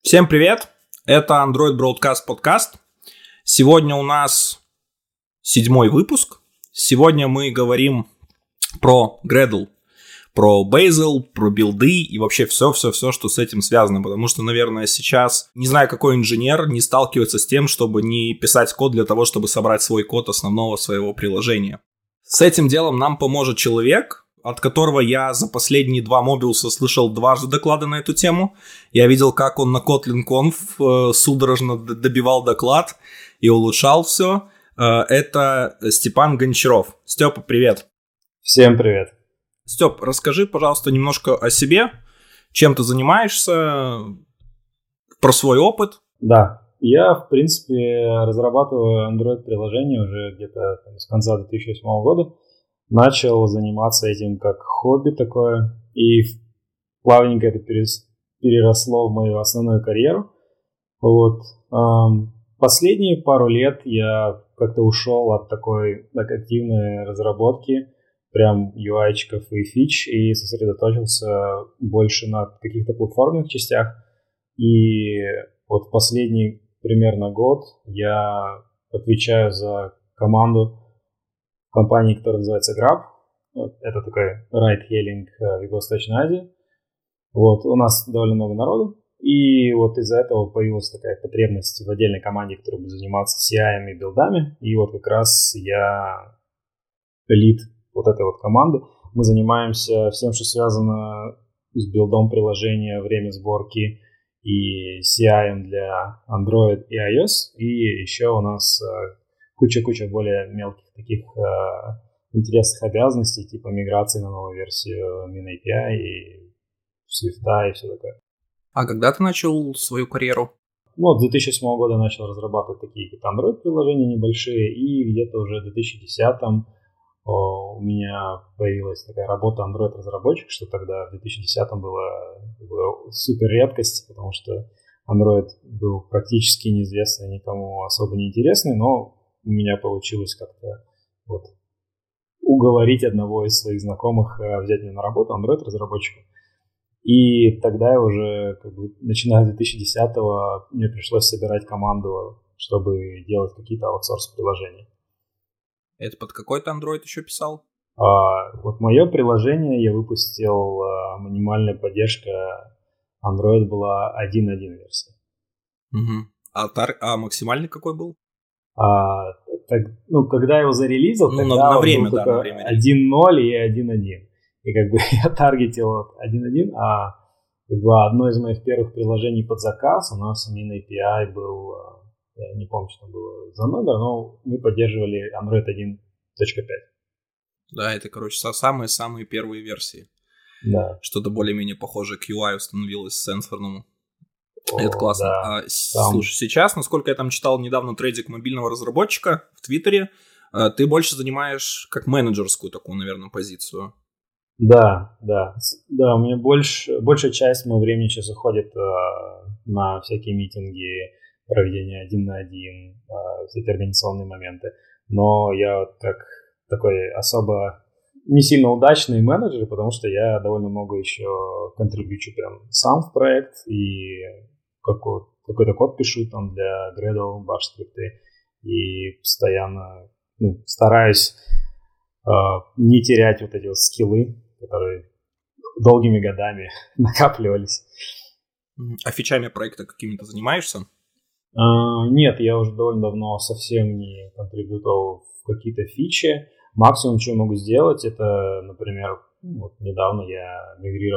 Всем привет! Это Android Broadcast подкаст. Сегодня у нас 7-й выпуск. Сегодня мы говорим про Gradle, про Bazel, про билды и вообще все, что с этим связано. Потому что, наверное, сейчас не знаю, какой инженер не сталкивается с тем, чтобы не писать код для того, чтобы собрать свой код основного своего приложения. С этим делом нам поможет человек, от которого я за последние 2 мобилса слышал дважды доклады на эту тему. Я видел, как он на KotlinConf судорожно добивал доклад и улучшал все. Это Степан Гончаров. Степа, привет. Всем привет. Степ, расскажи, пожалуйста, немножко о себе, чем ты занимаешься, про свой опыт. Да, я, в принципе, разрабатываю Android-приложение уже где-то с конца 2008 года. Начал заниматься этим как хобби такое, и плавненько это переросло в мою основную карьеру. Вот. Последние пару лет я как-то ушел от такой активной разработки, прям UI-чиков и фич, и сосредоточился больше на каких-то платформенных частях. И вот последний примерно год я отвечаю за команду компании, которая называется Grab. Это такой райд-хейлинг в Юго-Восточной Азии. Вот, у нас довольно много народу. И вот из-за этого появилась такая потребность в отдельной команде, которая будет заниматься CI и билдами. И вот как раз я лид вот этой вот команды. Мы занимаемся всем, что связано с билдом приложения, время сборки и CI для Android и iOS. И еще у нас куча более мелких таких интересных обязанностей, типа миграции на новую версию MinAPI и Swift и все такое. А когда ты начал свою карьеру? Ну, с 2007 года начал разрабатывать такие какие-то Android-приложения небольшие, и где-то уже в 2010-м у меня появилась такая работа Android-разработчик, что тогда в 2010-м была супер редкость, потому что Android был практически неизвестный, никому особо не интересный, но у меня получилось как-то вот уговорить одного из своих знакомых взять меня на работу Android-разработчиком. И тогда я уже, начиная с 2010-го, мне пришлось собирать команду, чтобы делать какие-то аутсорс-приложения. Это под какой-то Android еще писал? Вот мое приложение я выпустил, минимальная поддержка Android была 1.1 версия. Угу. А максимальный какой был? Когда я его зарелизил, тогда на время, был только 1.0 и 1.1. И я таргетил 1.1, а одно из моих первых приложений под заказ у нас MinAPI был, я не помню, что там было за номер, но мы поддерживали Android 1.5. Да, это, самые-самые первые версии. Да. Что-то более-менее похожее к UI установилось сенсорному. Это классно. Да. Слушай, сейчас, насколько я там читал недавно трейдик мобильного разработчика в Твиттере, ты больше занимаешь как менеджерскую такую, наверное, позицию. Да, у меня большая часть моего времени сейчас уходит на всякие митинги, проведение 1 на 1, всякие организационные моменты. Но я как такой особо не сильно удачный менеджер, потому что я довольно много еще контрибьючу прям сам в проект и какой-то код пишу там для Gradle, Bash скрипты и постоянно стараюсь не терять вот эти вот скиллы, которые долгими годами накапливались. А фичами проекта какими-то занимаешься? Нет, я уже довольно давно совсем не контрибьютовал в какие-то фичи. Максимум, что я могу сделать, это, например, вот недавно я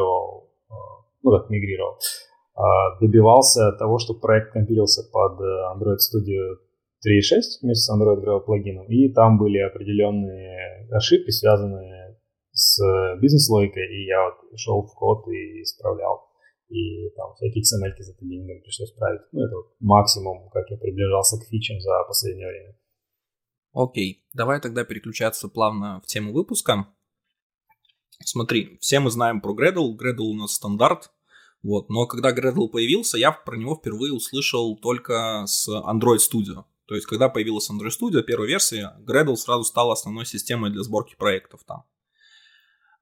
добивался того, чтобы проект компилился под Android Studio 3.6 вместе с Android Gradle плагином, и там были определенные ошибки, связанные с бизнес-логикой, и я вот шел в код и исправлял. И там всякие XML-ки за тегингом пришлось править. Это вот максимум, как я приближался к фичам за последнее время. Окей, давай тогда переключаться плавно в тему выпуска. Смотри, все мы знаем про Gradle. Gradle у нас стандарт. Вот. Но когда Gradle появился, я про него впервые услышал только с Android Studio. То есть, когда появилась Android Studio, первая версия, Gradle сразу стала основной системой для сборки проектов там.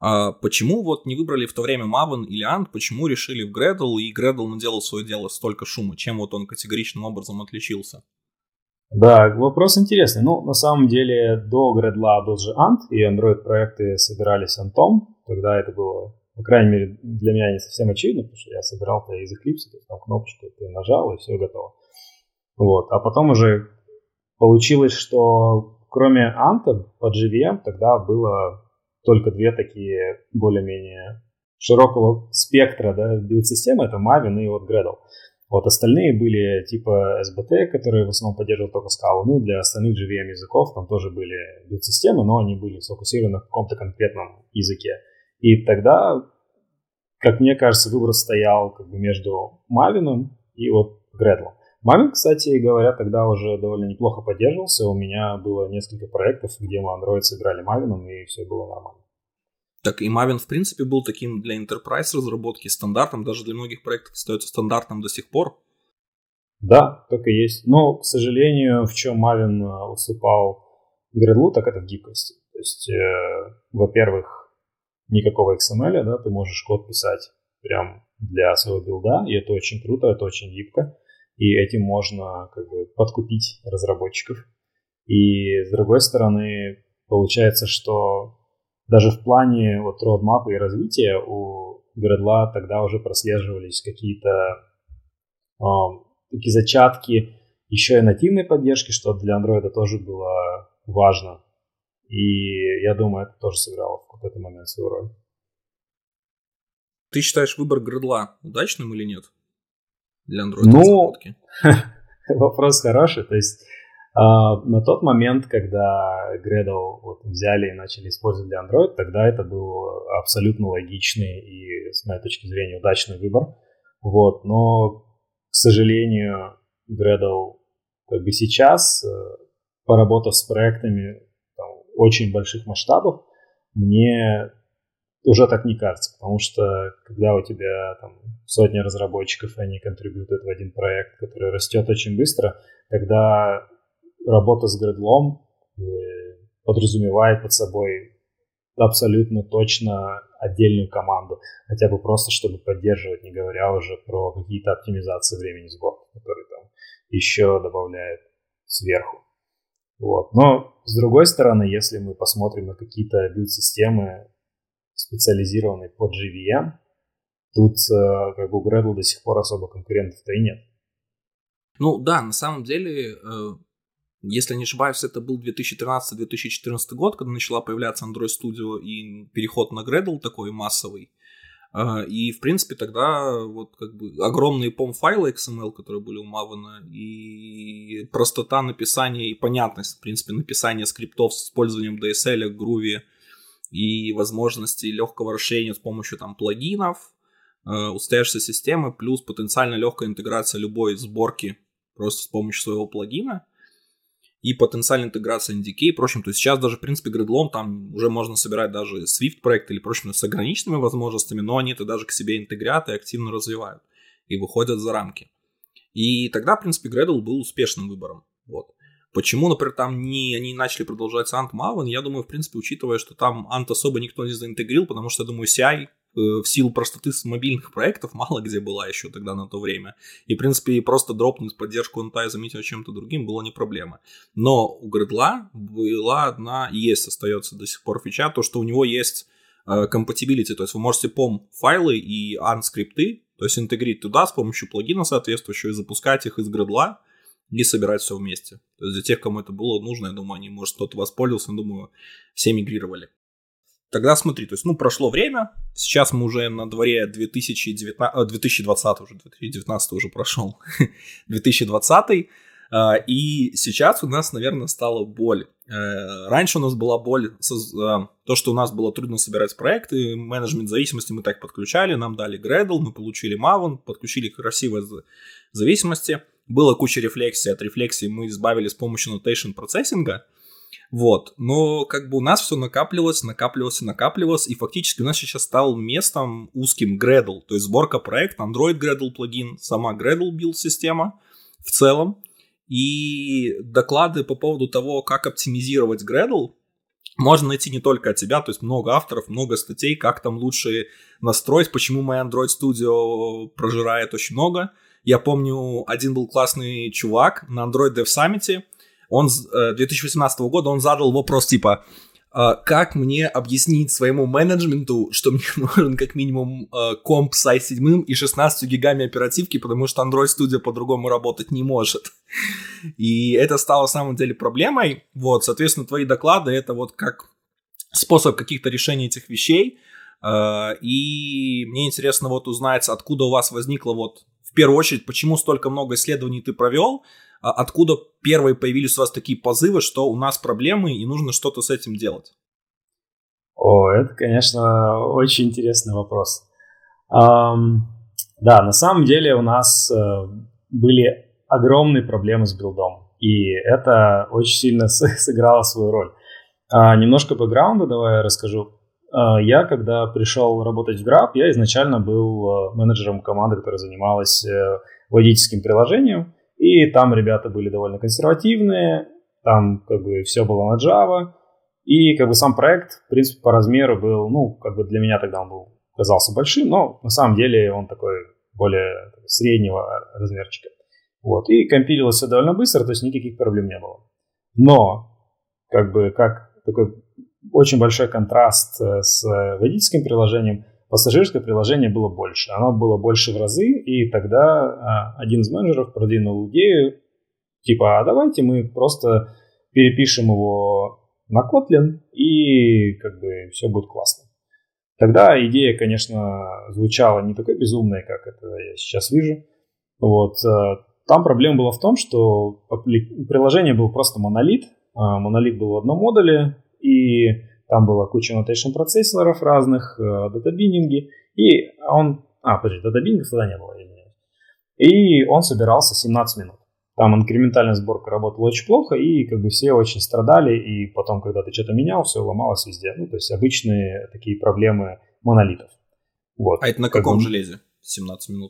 Почему вот не выбрали в то время Maven или Ant, почему решили в Gradle, и Gradle наделал свое дело столько шума? Чем вот он категоричным образом отличился? Да, вопрос интересный. Ну, на самом деле, до Gradle был же Ant, и Android-проекты собирались Антом. Тогда это было, по крайней мере, для меня не совсем очевидно, потому что я собирал-то из Eclipse, то есть там кнопочку ты нажал, и все готово. Вот. А потом уже получилось, что кроме Ant под JVM тогда было только две такие более-менее широкого спектра, да, билд-системы, это Maven и вот Gradle. Вот остальные были типа SBT, которые в основном поддерживал только Scala. Ну, для остальных JVM языков там тоже были билд-системы, но они были сфокусированы на каком-то конкретном языке. И тогда, как мне кажется, выбор стоял как бы между Maven и вот Gradle. Maven, кстати говоря, тогда уже довольно неплохо поддерживался. У меня было несколько проектов, где мы Android сыграли Maven, и все было нормально. Так и Maven, в принципе, был таким для Enterprise разработки стандартом, даже для многих проектов остается стандартом до сих пор. Да, так и есть. Но, к сожалению, в чем Maven уступал Gradle, так это в гибкости. То есть, во-первых, никакого XML, да, ты можешь код писать прям для своего билда, и это очень круто, это очень гибко. И этим можно как бы подкупить разработчиков. И с другой стороны, получается, что даже в плане вот roadmap и развития у Gradle тогда уже прослеживались какие-то такие зачатки еще и нативной поддержки, что для Android тоже было важно. И я думаю, это тоже сыграло в какой-то момент свою роль. Ты считаешь выбор Gradle удачным или нет? Для Android-разработки? Вопрос хороший. То есть на тот момент, когда Gradle вот взяли и начали использовать для Android, тогда это был абсолютно логичный и, с моей точки зрения, удачный выбор. Вот. Но, к сожалению, Gradle как бы сейчас, поработав с проектами там, очень больших масштабов, мне уже так не кажется, потому что когда у тебя там сотни разработчиков, и они контрибьютят в один проект, который растет очень быстро, тогда работа с Gradle подразумевает под собой абсолютно точно отдельную команду, хотя бы просто, чтобы поддерживать, не говоря уже про какие-то оптимизации времени сборки, которые там еще добавляют сверху. Вот. Но, с другой стороны, если мы посмотрим на какие-то билд-системы, специализированные под JVM, тут как бы у Gradle до сих пор особо конкурентов-то и нет. Ну да, на самом деле, если не ошибаюсь, это был 2013-2014 год, когда начала появляться Android Studio и переход на Gradle такой массовый. И, в принципе, тогда вот как бы огромные POM-файлы XML, которые были у Maven, и простота написания и понятность, в принципе, написания скриптов с использованием DSL, Groovy и возможности легкого расширения с помощью там плагинов, устоявшейся системы, плюс потенциально легкая интеграция любой сборки просто с помощью своего плагина. И потенциальная интеграция NDK и прочим. То есть сейчас даже, в принципе, Gradle там уже можно собирать даже Swift проекты или прочим с ограниченными возможностями, но они это даже к себе интегрят и активно развивают. И выходят за рамки. И тогда, в принципе, Gradle был успешным выбором. Вот. Почему, например, там они начали продолжать Ant Maven, я думаю, в принципе, учитывая, что там Ant особо никто не заинтегрил, потому что, я думаю, CI в силу простоты мобильных проектов мало где была еще тогда на то время. И, в принципе, просто дропнуть поддержку Ant и заменить его чем-то другим было не проблема. Но у Gradle была одна, и есть, остается до сих пор фича, то, что у него есть compatibility, то есть вы можете POM-файлы и Ant-скрипты, то есть интегрить туда с помощью плагина соответствующего и запускать их из Gradle, и собирать все вместе. То есть для тех, кому это было нужно, я думаю, они, может, кто-то воспользовался, но, думаю, все мигрировали. Тогда смотри, то есть, прошло время, сейчас мы уже на дворе 2020 уже, 2019 уже прошел, 2020, и сейчас у нас, наверное, стала боль. Раньше у нас была боль, то, что у нас было трудно собирать проекты, менеджмент зависимости мы так подключали, нам дали Gradle, мы получили Maven, подключили красивые зависимости, была куча рефлексий, от рефлексий мы избавились с помощью notation процессинга, вот, но как бы у нас все накапливалось, и фактически у нас сейчас стал местом узким Gradle, то есть сборка проекта, Android Gradle плагин, сама Gradle билд-система в целом, и доклады по поводу того, как оптимизировать Gradle, можно найти не только от тебя, то есть много авторов, много статей, как там лучше настроить, почему моя Android Studio прожирает очень много. Я помню, один был классный чувак на Android Dev Summit, он 2018 года, он задал вопрос типа, как мне объяснить своему менеджменту, что мне нужен как минимум комп с i7 и 16 гигами оперативки, потому что Android Studio по-другому работать не может. И это стало на самом деле проблемой. Вот, соответственно, твои доклады — это вот как способ каких-то решений этих вещей. И мне интересно вот узнать, откуда у вас возникло вот в первую очередь, почему столько много исследований ты провел, откуда первые появились у вас такие позывы, что у нас проблемы и нужно что-то с этим делать? Это, конечно, очень интересный вопрос. Да, на самом деле у нас были огромные проблемы с билдом, и это очень сильно сыграло свою роль. Немножко бэкграунда давай я расскажу. Я, когда пришел работать в Grab, я изначально был менеджером команды, которая занималась водительским приложением, и там ребята были довольно консервативные, там как бы все было на Java, и как бы сам проект, в принципе, по размеру был, ну, как бы для меня тогда он был, казался большим, но на самом деле он такой более среднего размерчика. Вот, и компилилось все довольно быстро, то есть никаких проблем не было. Но, как бы, как такой очень большой контраст с водительским приложением, пассажирское приложение было больше. Оно было больше в разы, и тогда один из менеджеров продвинул идею, типа, а давайте мы просто перепишем его на Kotlin, и как бы все будет классно. Тогда идея, конечно, звучала не такой безумной, как это я сейчас вижу. Вот. Там проблема была в том, что приложение был просто монолит. Монолит был в одном модуле, и там была куча annotation процессоров разных, датабиннинги, и он... датабинингов тогда не было, извиняюсь. И он собирался 17 минут. Там инкрементальная сборка работала очень плохо, и как бы все очень страдали, и потом, когда ты что-то менял, все ломалось везде. Ну, то есть обычные такие проблемы монолитов. Вот. А это на каком железе 17 минут?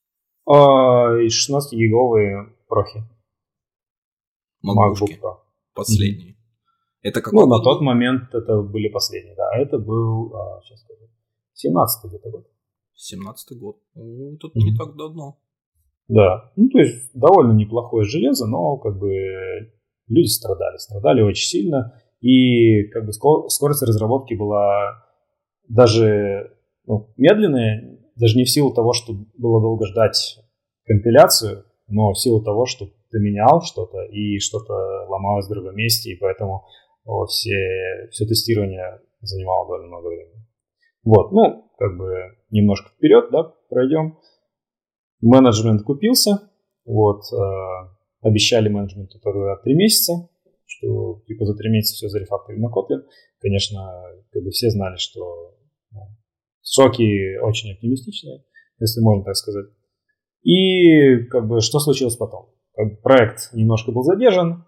16-гиговые прохи. MacBook Pro. Последние. Это какой на тот момент это были последние, да. Это был, сейчас скажу, 17-й где-то год. 17-й год. Это не так давно. Да, ну то есть довольно неплохое железо, но как бы люди страдали очень сильно. И как бы скорость разработки была даже медленная, даже не в силу того, что было долго ждать компиляцию, но в силу того, что ты менял что-то, и что-то ломалось в другом месте, и поэтому все тестирование занимало довольно много времени. Вот, ну, как бы немножко вперед, да, пройдем. Менеджмент купился, вот, обещали менеджменту тогда 3 месяца, что типа за 3 месяца все зарефакторили на Kotlin. Конечно, как бы все знали, что сроки очень оптимистичные, если можно так сказать. И как бы что случилось потом? Как бы проект немножко был задержан,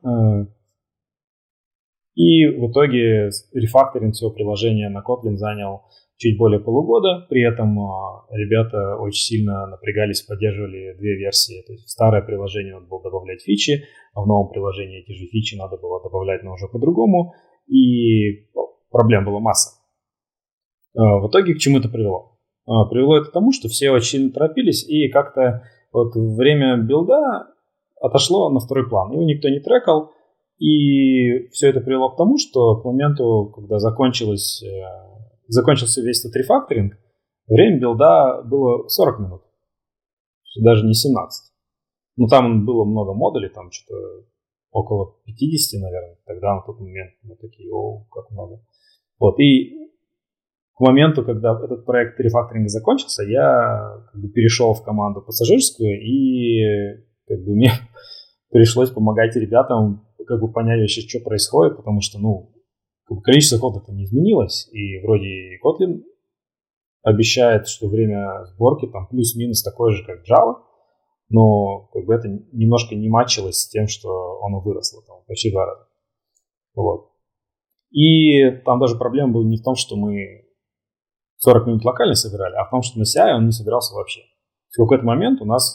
и в итоге рефакторинг всего приложения на Kotlin занял чуть более полугода. При этом ребята очень сильно напрягались, поддерживали 2 версии. То есть в старое приложение надо было добавлять фичи, а в новом приложении эти же фичи надо было добавлять, но уже по-другому. И проблем было масса. В итоге к чему это привело? Привело это к тому, что все очень сильно торопились, и как-то вот время билда отошло на второй план. Его никто не трекал, и все это привело к тому, что к моменту, когда закончился весь этот рефакторинг, время билда было 40 минут, даже не 17. Ну, там было много модулей, там что-то около 50, наверное. Тогда на тот момент мы такие, как много. Вот, и к моменту, когда этот проект рефакторинга закончился, я как бы перешел в команду пассажирскую, и как бы мне пришлось помогать ребятам как бы понять вообще, что происходит, потому что, как бы количество кода-то не изменилось, и вроде и Kotlin обещает, что время сборки там плюс-минус такое же, как Java, но как бы это немножко не матчилось с тем, что оно выросло там почти 2 раза. Вот. И там даже проблема была не в том, что мы 40 минут локально собирали, а в том, что на CI он не собирался вообще. В какой-то момент у нас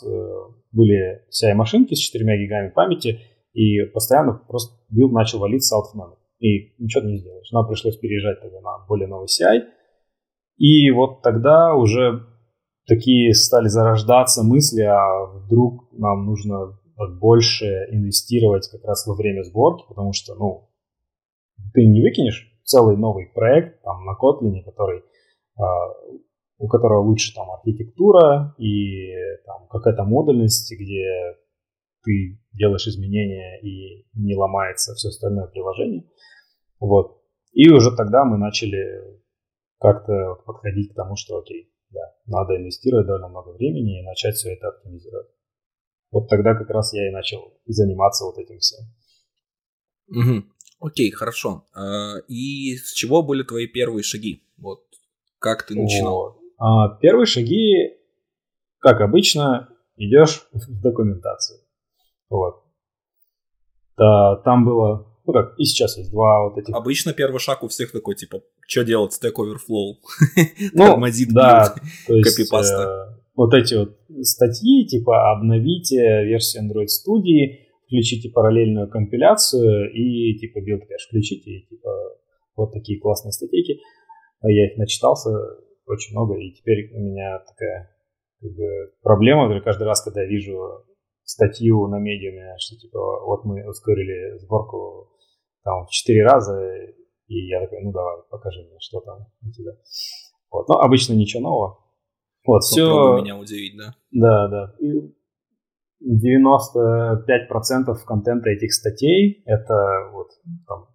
были CI-машинки с 4 гигами памяти, и постоянно просто билд начал валиться out of memory. и ничего не сделаешь. Нам пришлось переезжать тогда на более новый CI. И вот тогда уже такие стали зарождаться мысли, а вдруг нам нужно больше инвестировать как раз во время сборки, потому что, ты не выкинешь целый новый проект там на Kotlin, у которого лучше там архитектура и там какая-то модульность, где ты делаешь изменения и не ломается все остальное приложение. Вот. И уже тогда мы начали как-то подходить к тому, что окей, да, надо инвестировать довольно много времени и начать все это оптимизировать. Вот тогда как раз я и начал заниматься вот этим всем. Окей, хорошо. И с чего были твои первые шаги? Вот как ты начинал? Первые шаги, как обычно, идешь в документацию. Вот. Да, там было, и сейчас есть два вот этих. Обычно первый шаг у всех такой, типа, что делать, Stack Overflow? Тормозит, да, то есть вот эти вот статьи, типа, обновите версию Android Studio, включите параллельную компиляцию и, типа, build cache включите, и, типа, вот такие классные статейки. Я их начитался очень много, и теперь у меня такая проблема, каждый раз, когда я вижу статью на медиуме, что типа вот мы ускорили сборку там в 4 раза, и я такой, давай, покажи мне, что там у тебя. Вот. Но обычно ничего нового. Вот, все. Попробуй меня удивить, да? Да. И 95% контента этих статей это вот там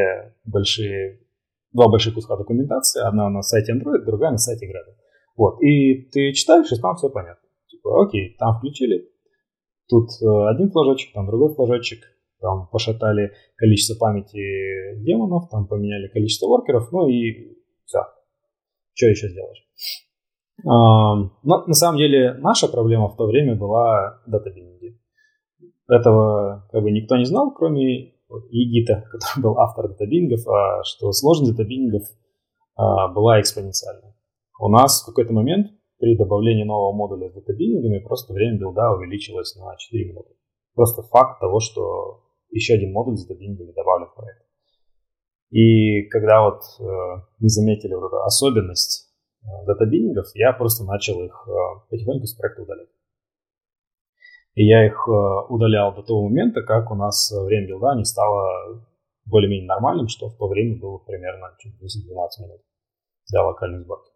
два больших куска документации, одна на сайте Android, другая на сайте Gradle. Вот, и ты читаешь, и там все понятно. Типа, окей, там включили, тут один флажочек, там другой флажочек, там пошатали количество памяти демонов, там поменяли количество воркеров, и все. Что еще сделаешь? Но на самом деле наша проблема в то время была датабиндинги. Этого никто не знал, кроме Егита, который был автор датабиндингов, что сложность датабиндингов была экспоненциальной. У нас в какой-то момент при добавлении нового модуля с датабиндингами просто время билда увеличилось на 4 минуты. Просто факт того, что еще один модуль с датабиндингами добавлен в проект. И когда мы заметили вот эту особенность датабиндингов, я просто начал их потихоньку с проекта удалять. И я их удалял до того момента, как у нас время билда не стало более-менее нормальным, что в то время было примерно 10-12 минут для локальной сборки.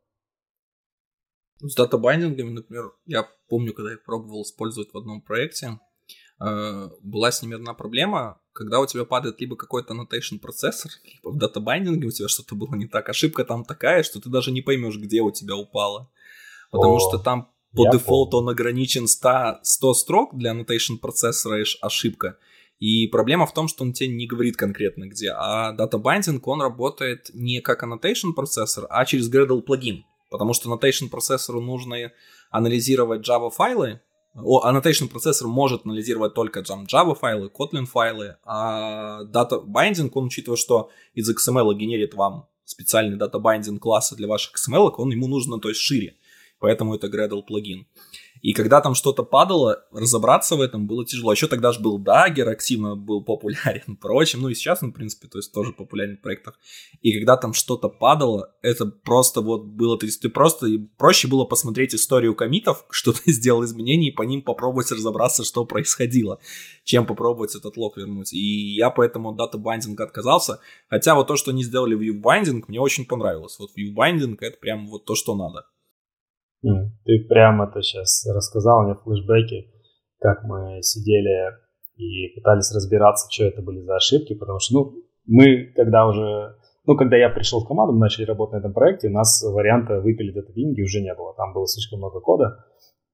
С датабайндингами, например, я помню, когда я пробовал использовать в одном проекте, была с ними одна проблема, когда у тебя падает либо какой-то annotation процессор, либо в датабайндинге у тебя что-то было не так. Ошибка там такая, что ты даже не поймешь, где у тебя упало. Потому что там по дефолту он ограничен 100 строк для annotation процессора, ошибка. И проблема в том, что он тебе не говорит конкретно где. А датабайндинг, он работает не как annotation процессор, а через Gradle плагин. Потому что annotation процессору нужно анализировать Java файлы. Annotation процессор может анализировать только Java файлы, Kotlin файлы, а Data Binding, он, учитывая, что из XML генерит вам специальный Data Binding класса для ваших XML, ему нужно, то есть, шире. Поэтому это Gradle плагин. И когда там что-то падало, разобраться в этом было тяжело. Еще тогда же был Dagger, активно был популярен, прочим. И сейчас он, в принципе, то есть тоже популярен в проектах. И когда там что-то падало, это просто было... То есть ты просто... Проще было посмотреть историю коммитов, что ты сделал изменения, и по ним попробовать разобраться, что происходило, чем попробовать этот лог вернуть. И я поэтому от дата-байдинга отказался. Хотя вот то, что они сделали в view-binding, мне очень понравилось. Вот view-binding — это прям вот то, что надо. Ты прям это сейчас рассказал мне флешбеки, как мы сидели и пытались разбираться, что это были за ошибки, потому что, мы, когда я пришел в команду, мы начали работать на этом проекте, у нас варианта выпилить датабиндинги уже не было, там было слишком много кода,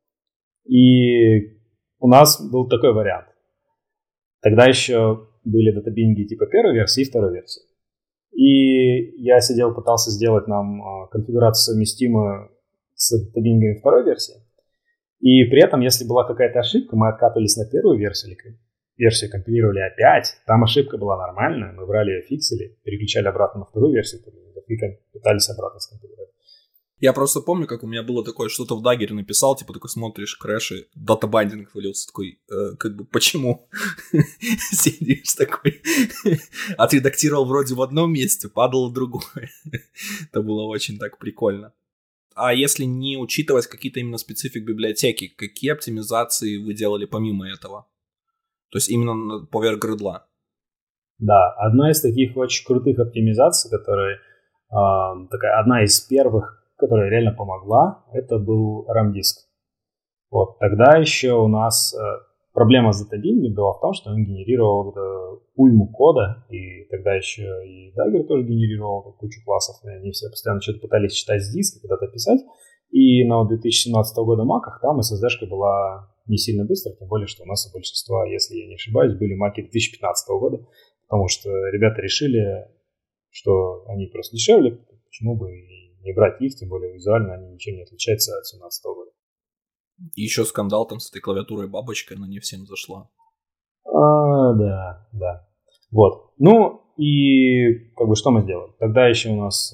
и у нас был такой вариант. Тогда еще были датабиндинги типа первой версии и второй версии. И я сидел, пытался сделать нам конфигурацию совместимую с датабиндингами второй версии. И при этом, если была какая-то ошибка, мы откатывались на первую версию, версию компилировали опять, там ошибка была нормальная, мы брали ее, фиксили, переключали обратно на вторую версию и пытались обратно скомпилировать. Я просто помню, как у меня было такое, что-то в Dagger написал, типа такой смотришь, крэши, датабайндинг вылился, такой, как бы, почему? Сидишь такой, отредактировал вроде в одном месте, падал в другое. Это было очень так прикольно. А если не учитывать какие-то именно специфик библиотеки, какие оптимизации вы делали помимо этого? То есть именно поверх гридла? Да, одна из таких очень крутых оптимизаций, которая такая одна из первых, которая реально помогла, это был RAM-диск. Вот, тогда еще у нас проблема с датабингом была в том, что он генерировал уйму кода, и тогда еще и Dagger тоже генерировал кучу классов, и они все постоянно что-то пытались читать с диска, куда-то писать. И на 2017 года Mac'ах там SSD-шка была не сильно быстрая, тем более, что у нас у большинства, если я не ошибаюсь, были Mac'и 2015 года, потому что ребята решили, что они просто дешевле, почему бы и не брать их, тем более визуально они ничем не отличаются от 2017 года. И еще скандал там с этой клавиатурой бабочкой, она не всем зашла. Да. Вот. Ну, и как бы что мы сделали? Тогда еще у нас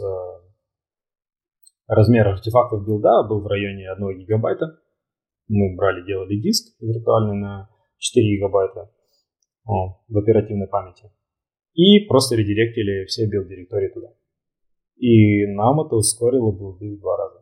размер артефактов билда был в районе 1 гигабайта. Мы делали диск виртуальный на 4 гигабайта в оперативной памяти. И просто редиректили все билд-директории туда. И нам это ускорило билды в 2 раза.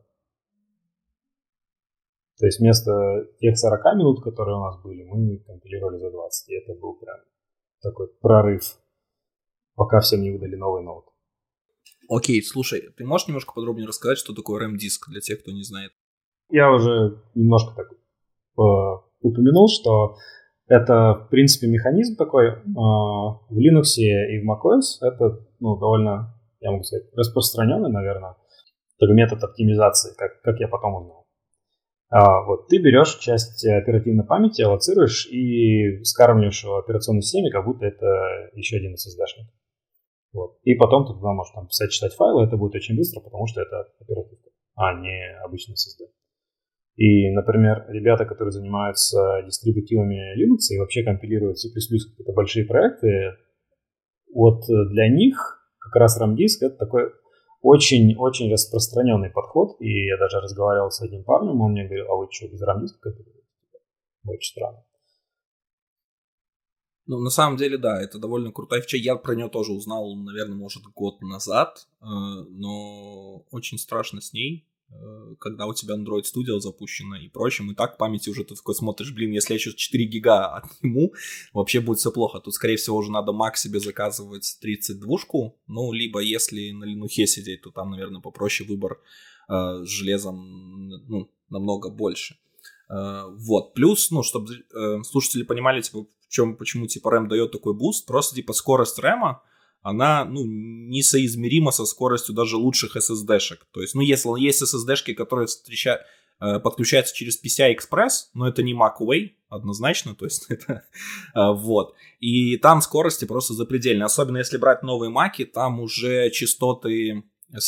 То есть вместо тех 40 минут, которые у нас были, мы компилировали за 20. И это был прям такой прорыв, пока всем не выдали новый ноут. Окей, слушай, ты можешь немножко подробнее рассказать, что такое RAM-диск для тех, кто не знает? Я уже немножко так упомянул, что это, в принципе, механизм такой в Linux и в macOS. Это довольно, я могу сказать, распространенный, наверное, такой метод оптимизации, как я потом узнал. Вот ты берешь часть оперативной памяти, аллоцируешь и скармливаешь в операционной системе, как будто это еще один SSD-шник. Вот. И потом ты туда можешь писать, читать файлы, это будет очень быстро, потому что это оперативка, а не обычный SSD. И, например, ребята, которые занимаются дистрибутивами Linux и вообще компилируют C++ какие-то большие проекты, вот для них как раз RAM-диск это такой очень-очень распространенный подход. И я даже разговаривал с одним парнем, он мне говорил, а вы что, без RAM-диска компилируете? Очень странно. Ну, на самом деле, да, это довольно крутая фича. Я про нее тоже узнал, наверное, может, год назад, но очень страшно с ней, когда у тебя Android Studio запущена и прочим, и так в памяти уже ты такой смотришь, блин, если я сейчас 4 гига отниму, вообще будет все плохо. Тут, скорее всего, уже надо Mac себе заказывать 32-шку, ну, либо если на Linux сидеть, то там, наверное, попроще выбор с железом, ну, намного больше. Вот, плюс, ну, чтобы слушатели понимали, типа, почему, типа, RAM дает такой буст, просто, типа, скорость RAM, она, ну, несоизмерима со скоростью даже лучших SSD-шек. То есть, ну, если есть SSD-шки, которые подключаются через PCI-Express, но это не MacWay, однозначно, то есть это вот. И там скорости просто запредельные. Особенно если брать новые Mac'и, там уже частоты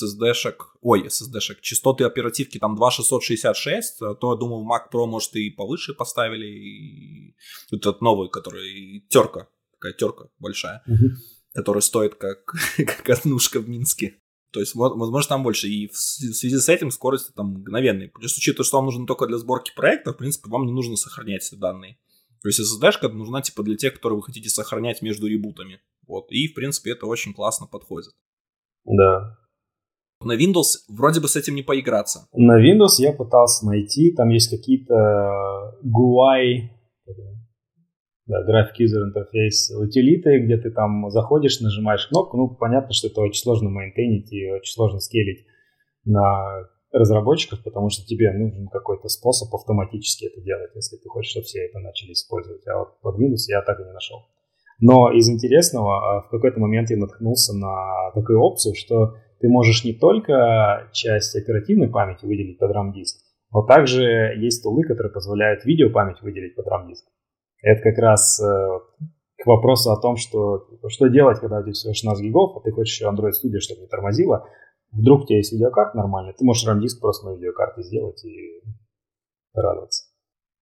частоты оперативки там 2.666, то, я думаю, Mac Pro, может, и повыше поставили. И этот новый, который такая терка большая, которая стоит как однушка в Минске. То есть, возможно, там больше. И в связи с этим скорости там мгновенные. Плюс, учитывая, что вам нужно только для сборки проекта, в принципе, вам не нужно сохранять все данные. То есть, SSD-шка нужна типа для тех, которые вы хотите сохранять между ребутами. Вот. И, в принципе, это очень классно подходит. Да. На Windows вроде бы с этим не поиграться. На Windows я пытался найти, там есть какие-то GUI, Graphic User Interface, утилиты, где ты там заходишь, нажимаешь кнопку. Ну, понятно, что это очень сложно мейнтейнить и очень сложно скейлить на разработчиков, потому что тебе нужен какой-то способ автоматически это делать, если ты хочешь, чтобы все это начали использовать. А вот под Windows я так и не нашел. Но из интересного, в какой-то момент я наткнулся на такую опцию, что ты можешь не только часть оперативной памяти выделить под RAM-диск, но также есть тулы, которые позволяют видеопамять выделить под RAM-диск. Это как раз к вопросу о том, что делать, когда у тебя всего 16 гигов, а ты хочешь еще Android Studio, чтобы не тормозило. Вдруг у тебя есть видеокарта нормальная, ты можешь RAM-диск просто на видеокарте сделать и радоваться.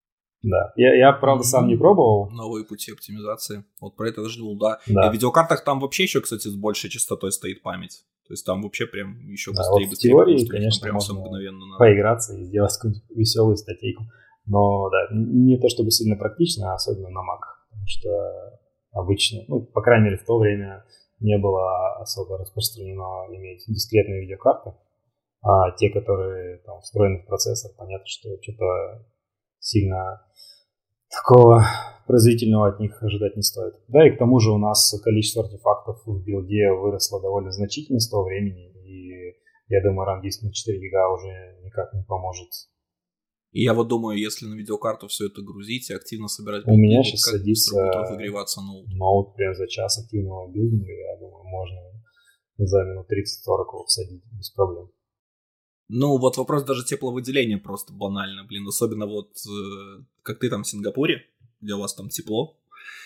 Да. Я правда, сам не пробовал. Новые пути оптимизации. Вот про это даже думал, да. Да. И в видеокартах там вообще еще, кстати, с большей частотой стоит память. То есть там вообще прям еще быстрее, вот быстрее. В теории, потому что конечно, прям все можно мгновенно надо. поиграться и сделать какую-нибудь веселую статейку. Но да, не то чтобы сильно практично, особенно на Mac. Потому что обычно, по крайней мере, в то время не было особо распространено иметь дискретные видеокарты. А те, которые там встроены в процессор, понятно, что что-то сильно такого производительного от них ожидать не стоит. Да, и к тому же у нас количество артефактов в билде выросло довольно значительно с того времени, и я думаю, RAM диск на 4 гига уже никак не поможет. И я вот думаю, если на видеокарту все это грузить и активно собирать билды, у меня сейчас садится выгреваться ноут прям за час активного билдинга, я думаю, можно за минут 30-40 его всадить без проблем. Ну, вот вопрос даже тепловыделения просто банально, блин. Особенно вот, как ты там в Сингапуре, где у вас там тепло.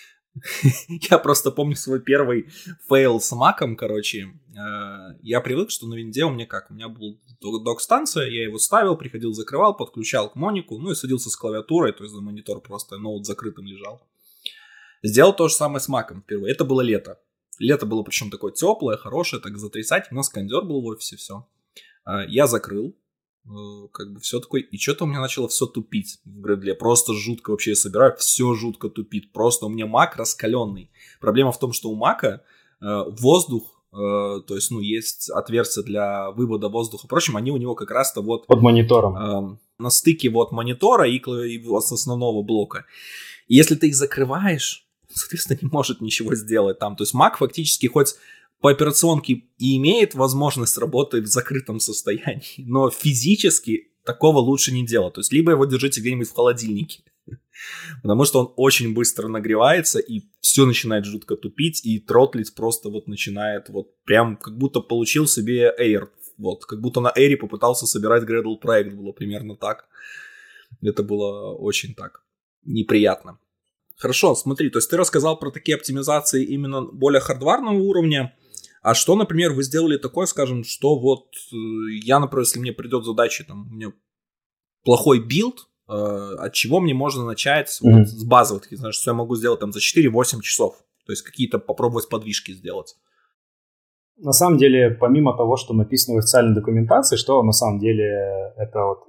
Я просто помню свой первый фейл с маком, короче. Я привык, что на винде у меня был док-станция, я его ставил, приходил, закрывал, подключал к монику, и садился с клавиатурой, то есть за монитор просто ноут закрытым лежал. Сделал то же самое с маком впервые. Это было лето. Лето было причем такое теплое, хорошее, так за 30. У нас кондер был в офисе, все. Я закрыл, все такое, и что-то у меня начало все тупить в Gradle. Просто жутко вообще я собираю, все жутко тупит. Просто у меня Mac раскаленный. Проблема в том, что у Mac'а воздух, то есть, есть отверстие для вывода воздуха. Впрочем, они у него как раз-то вот... Под монитором. На стыке вот монитора и основного блока. И если ты их закрываешь, соответственно, не может ничего сделать там. То есть Mac фактически хоть по операционке и имеет возможность работать в закрытом состоянии, но физически такого лучше не делать. То есть либо его держите где-нибудь в холодильнике, потому что он очень быстро нагревается и все начинает жутко тупить, и тротлить просто вот начинает вот прям как будто получил себе Air. Вот, как будто на Air попытался собирать Gradle проект, было примерно так. Это было очень так неприятно. Хорошо, смотри, то есть ты рассказал про такие оптимизации именно более хардварного уровня. А что, например, вы сделали такое, скажем, что вот я, например, если мне придет задача, там, у меня плохой билд, от чего мне можно начать вот, с базовых, таких, знаешь, что я могу сделать там за 4-8 часов, то есть какие-то попробовать подвижки сделать. На самом деле, помимо того, что написано в официальной документации, что на самом деле это вот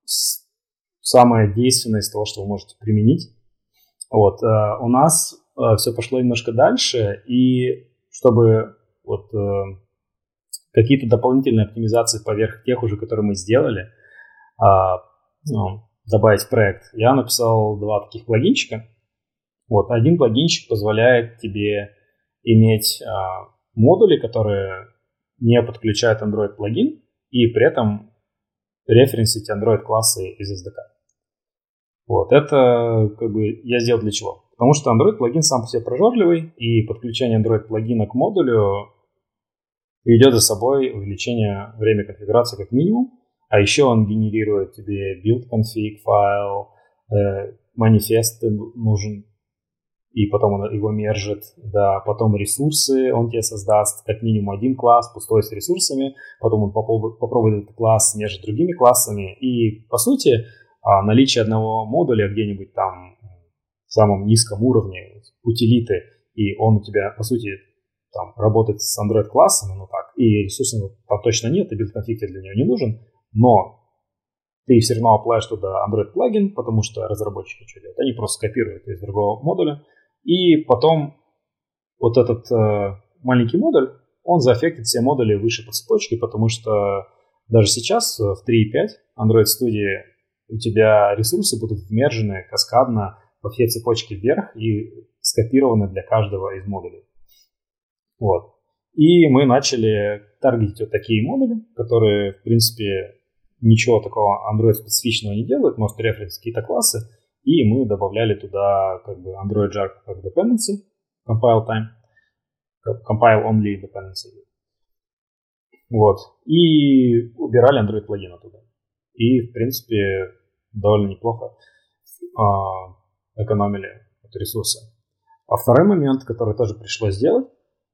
самое действенное из того, что вы можете применить. Вот, у нас все пошло немножко дальше, и чтобы вот какие-то дополнительные оптимизации поверх тех уже, которые мы сделали, добавить в проект, я написал 2 таких плагинчика. Вот, один плагинчик позволяет тебе иметь модули, которые не подключают Android плагин, и при этом референсить Android классы из SDK. Вот, это как бы я сделал для чего? Потому что Android плагин сам по себе прожорливый, и подключение Android плагина к модулю ведет за собой увеличение времени конфигурации как минимум, а еще он генерирует тебе build config файл, манифест нужен, и потом он его мержит, да, потом ресурсы он тебе создаст, как минимум один класс, пустой с ресурсами, потом он попробует этот класс смержить другими классами, и по сути наличие одного модуля где-нибудь там в самом низком уровне утилиты, и он у тебя, по сути, там работает с Android-классами, и ресурсов там точно нет, и билд-конфиг для него не нужен, но ты все равно оплаешь туда Android-плагин, потому что разработчики что делают? Они просто скопируют из другого модуля, и потом вот этот маленький модуль, он заэффектит все модули выше по цепочке, потому что даже сейчас в 3.5 Android Studio у тебя ресурсы будут вмержены каскадно по всей цепочке вверх и скопированы для каждого из модулей. Вот. И мы начали таргетить вот такие модули, которые, в принципе, ничего такого Android-специфичного не делают, может референс какие-то классы, и мы добавляли туда как бы Android jar как dependency, compile time, compile only dependency. Вот. И убирали Android плагин оттуда. И, в принципе, довольно неплохо экономили ресурсы. А второй момент, который тоже пришлось сделать,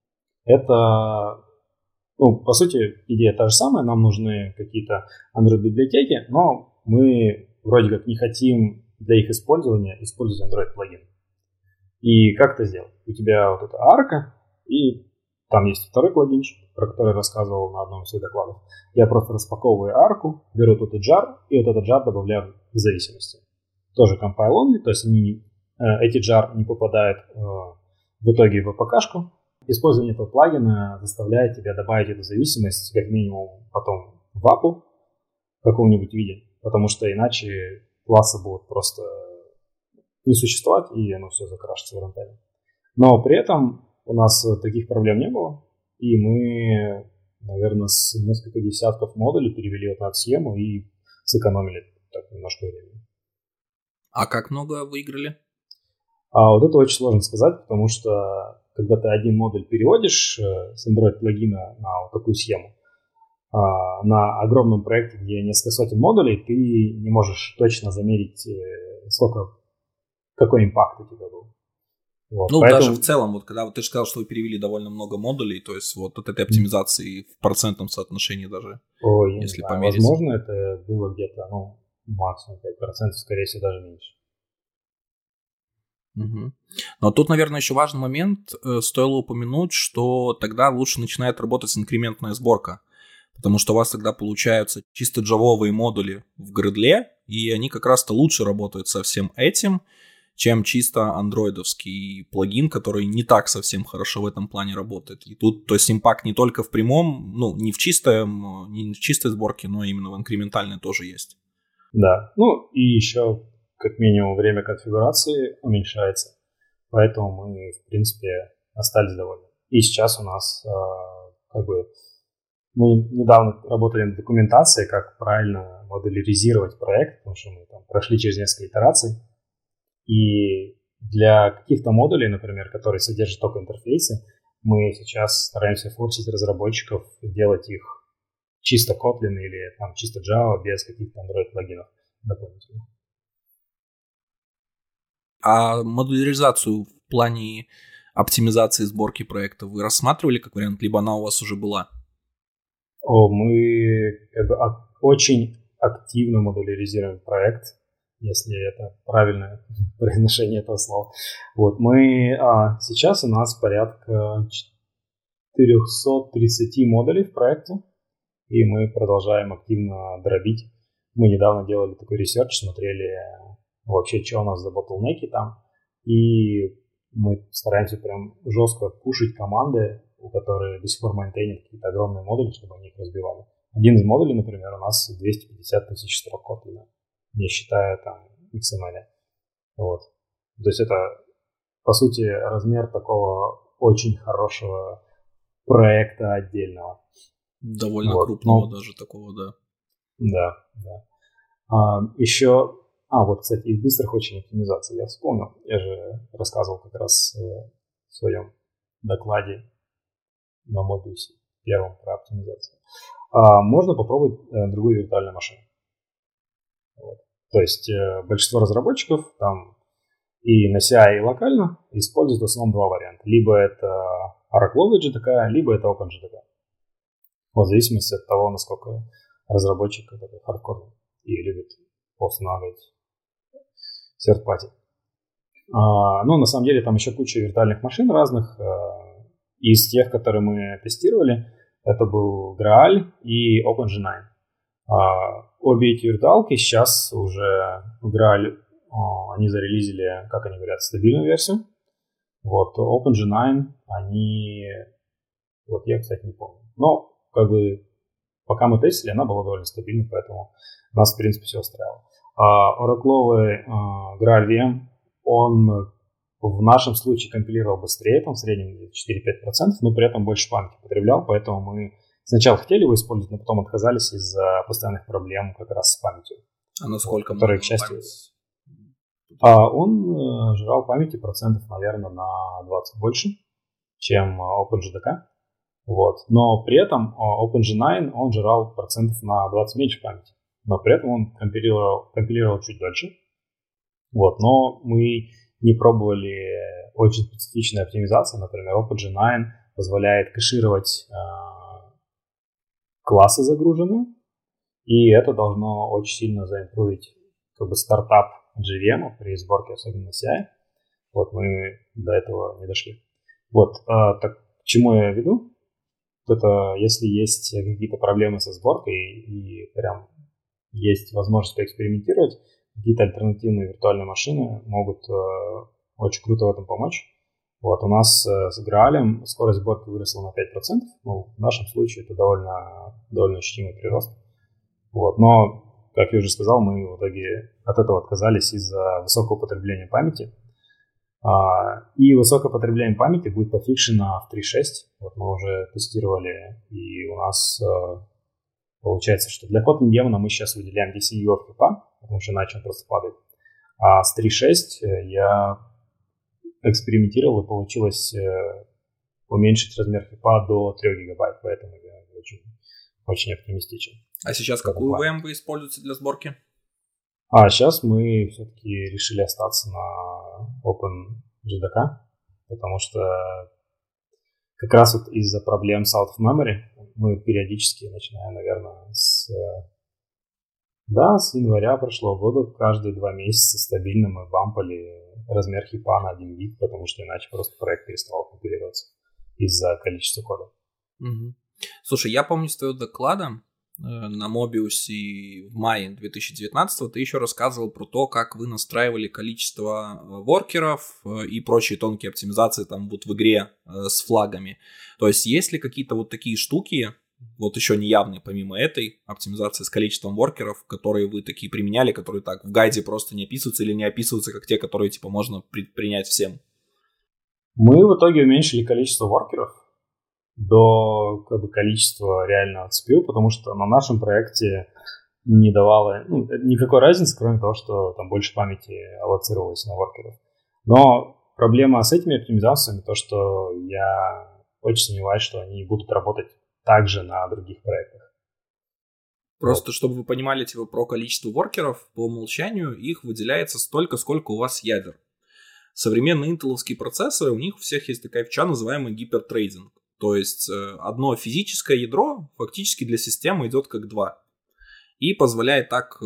это, по сути, идея та же самая. Нам нужны какие-то Android-библиотеки, но мы вроде как не хотим для их использования использовать Android плагин. И как это сделать? У тебя вот эта арка, и там есть второй плагинчик, про который я рассказывал на одном из своих докладов. Я просто распаковываю арку, беру тут этот jar, и вот этот jar добавляю в зависимости. Тоже compile only, то есть эти jar не попадают в итоге в APK-шку. Использование этого плагина заставляет тебя добавить эту зависимость как минимум потом в APU в каком-нибудь виде, потому что иначе классы будут просто не существовать, и оно все закрашится в рантайме. Но при этом у нас таких проблем не было, и мы, наверное, с несколько десятков модулей перевели вот на эту схему и сэкономили так немножко времени. А как много выиграли? А вот это очень сложно сказать, потому что когда ты один модуль переводишь с Android плагина на вот такую схему, на огромном проекте, где несколько сотен модулей, ты не можешь точно замерить, какой импакт у тебя был. Вот, ну, поэтому... даже в целом, вот когда ты же сказал, что вы перевели довольно много модулей, то есть вот от этой оптимизации в процентном соотношении даже, если померить. Возможно, это было где-то, максимум 5%, скорее всего, даже меньше. Угу. Но тут, наверное, еще важный момент. Стоило упомянуть, что тогда лучше начинает работать инкрементная сборка, потому что у вас тогда получаются чисто джавовые модули в Gradle, и они как раз-то лучше работают со всем этим, чем чисто андроидовский плагин, который не так совсем хорошо в этом плане работает. И тут, то есть, импакт не только в прямом, не в чистой сборке, но именно в инкрементальной тоже есть. Да, и еще как минимум время конфигурации уменьшается, поэтому мы, в принципе, остались довольны. И сейчас у нас мы недавно работали над документацией, как правильно модуляризировать проект, потому что мы там прошли через несколько итераций. И для каких-то модулей, например, которые содержат только интерфейсы, мы сейчас стараемся форсить разработчиков и делать их чисто Kotlin или там чисто Java без каких-то Android-плагинов дополнительно. А модуляризацию в плане оптимизации сборки проекта вы рассматривали как вариант, либо она у вас уже была? Мы очень активно модуляризируем проект, если это правильное произношение этого слова. Вот сейчас у нас порядка 430 модулей в проекте, и мы продолжаем активно дробить. Мы недавно делали такой ресерч, смотрели вообще, что у нас за ботлнеки там, и мы стараемся прям жестко пушить команды, у которых до сих пор мейнтейнят какие-то огромные модули, чтобы они их разбивали. Один из модулей, например, у нас 250 тысяч строк Kotlin, не считая там XML. Вот. То есть это, по сути, размер такого очень хорошего проекта отдельного. Довольно крупного даже такого, да. Да. Еще, кстати, из быстрых очень оптимизаций я вспомнил. Я же рассказывал как раз в своем докладе на Mobius первом про оптимизацию. Можно попробовать другую виртуальную машину. Вот. То есть большинство разработчиков там и на CI, и локально используют в основном два варианта. Либо это Oracle JDK, либо это OpenJDK. В зависимости от того, насколько разработчик такой хардкорный и любит устанавливать third party. На самом деле там еще куча виртуальных машин разных. Из тех, которые мы тестировали, это был Graal и OpenG9. Обе эти виртуалки сейчас уже в Graal они зарелизили, как они говорят, стабильную версию. Вот OpenG9 я, кстати, не помню. Но пока мы тестили, она была довольно стабильной, поэтому нас, в принципе, все устраивало. Орacle'овый Graal VM, он в нашем случае компилировал быстрее, там в среднем 4-5%, но при этом больше памяти потреблял, поэтому мы сначала хотели его использовать, но потом отказались из-за постоянных проблем как раз с памятью. А насколько много к счастью, он жрал памяти процентов, наверное, на 20 больше, чем OpenJDK. Вот. Но при этом OpenG9 он жрал процентов на 20 меньше памяти. Но при этом он компилировал чуть дольше. Вот. Но мы не пробовали очень специфичные оптимизации. Например, OpenG9 позволяет кэшировать классы загруженные. И это должно очень сильно заимпровить стартап JVM при сборке, особенно CI. Вот мы до этого не дошли. Вот, так к чему я веду? Это если есть какие-то проблемы со сборкой и прям есть возможность поэкспериментировать, какие-то альтернативные виртуальные машины могут очень круто в этом помочь. Вот у нас с Graal скорость сборки выросла на 5%. Ну, в нашем случае это довольно ощутимый прирост. Вот, но, как я уже сказал, мы в итоге от этого отказались из-за высокого потребления памяти. И высокое потребление памяти будет пофикшено в 3.6. Вот мы уже тестировали, и у нас получается, что для Kotlin демона мы сейчас выделяем DCU of HIPAA, потому что иначе он просто падает. А с 3.6 я экспериментировал, и получилось уменьшить размер HIPAA до 3 гигабайт, поэтому я очень оптимистичен. А сейчас какую VM вы используете для сборки? Сейчас мы все-таки решили остаться на OpenJDK, потому что как раз вот из-за проблем с out of memory мы периодически, начиная, наверное, с января прошлого года, каждые 2 месяца стабильно мы бампали размер HIPAA на 1 гиг, потому что иначе просто проект перестал компилироваться из-за количества кода. Угу. Слушай, я помню с твоего доклада на Mobius в мае 2019 ты еще рассказывал про то, как вы настраивали количество воркеров и прочие тонкие оптимизации там будут в игре с флагами. То есть есть ли какие-то вот такие штуки, вот еще неявные помимо этой оптимизации с количеством воркеров, которые вы такие применяли, которые так в гайде просто не описываются или не описываются как те, которые типа можно принять всем? Мы в итоге уменьшили количество воркеров до количества реального CPU, потому что на нашем проекте не давало никакой разницы, кроме того, что там больше памяти аллоцировалось на воркеров. Но проблема с этими оптимизациями то, что я очень сомневаюсь, что они будут работать также на других проектах. Просто, чтобы вы понимали типа, про количество воркеров, по умолчанию их выделяется столько, сколько у вас ядер. Современные интеловские процессоры, у них у всех есть такая фича, называемая гипертрейдинг. То есть одно физическое ядро фактически для системы идет как 2. И позволяет так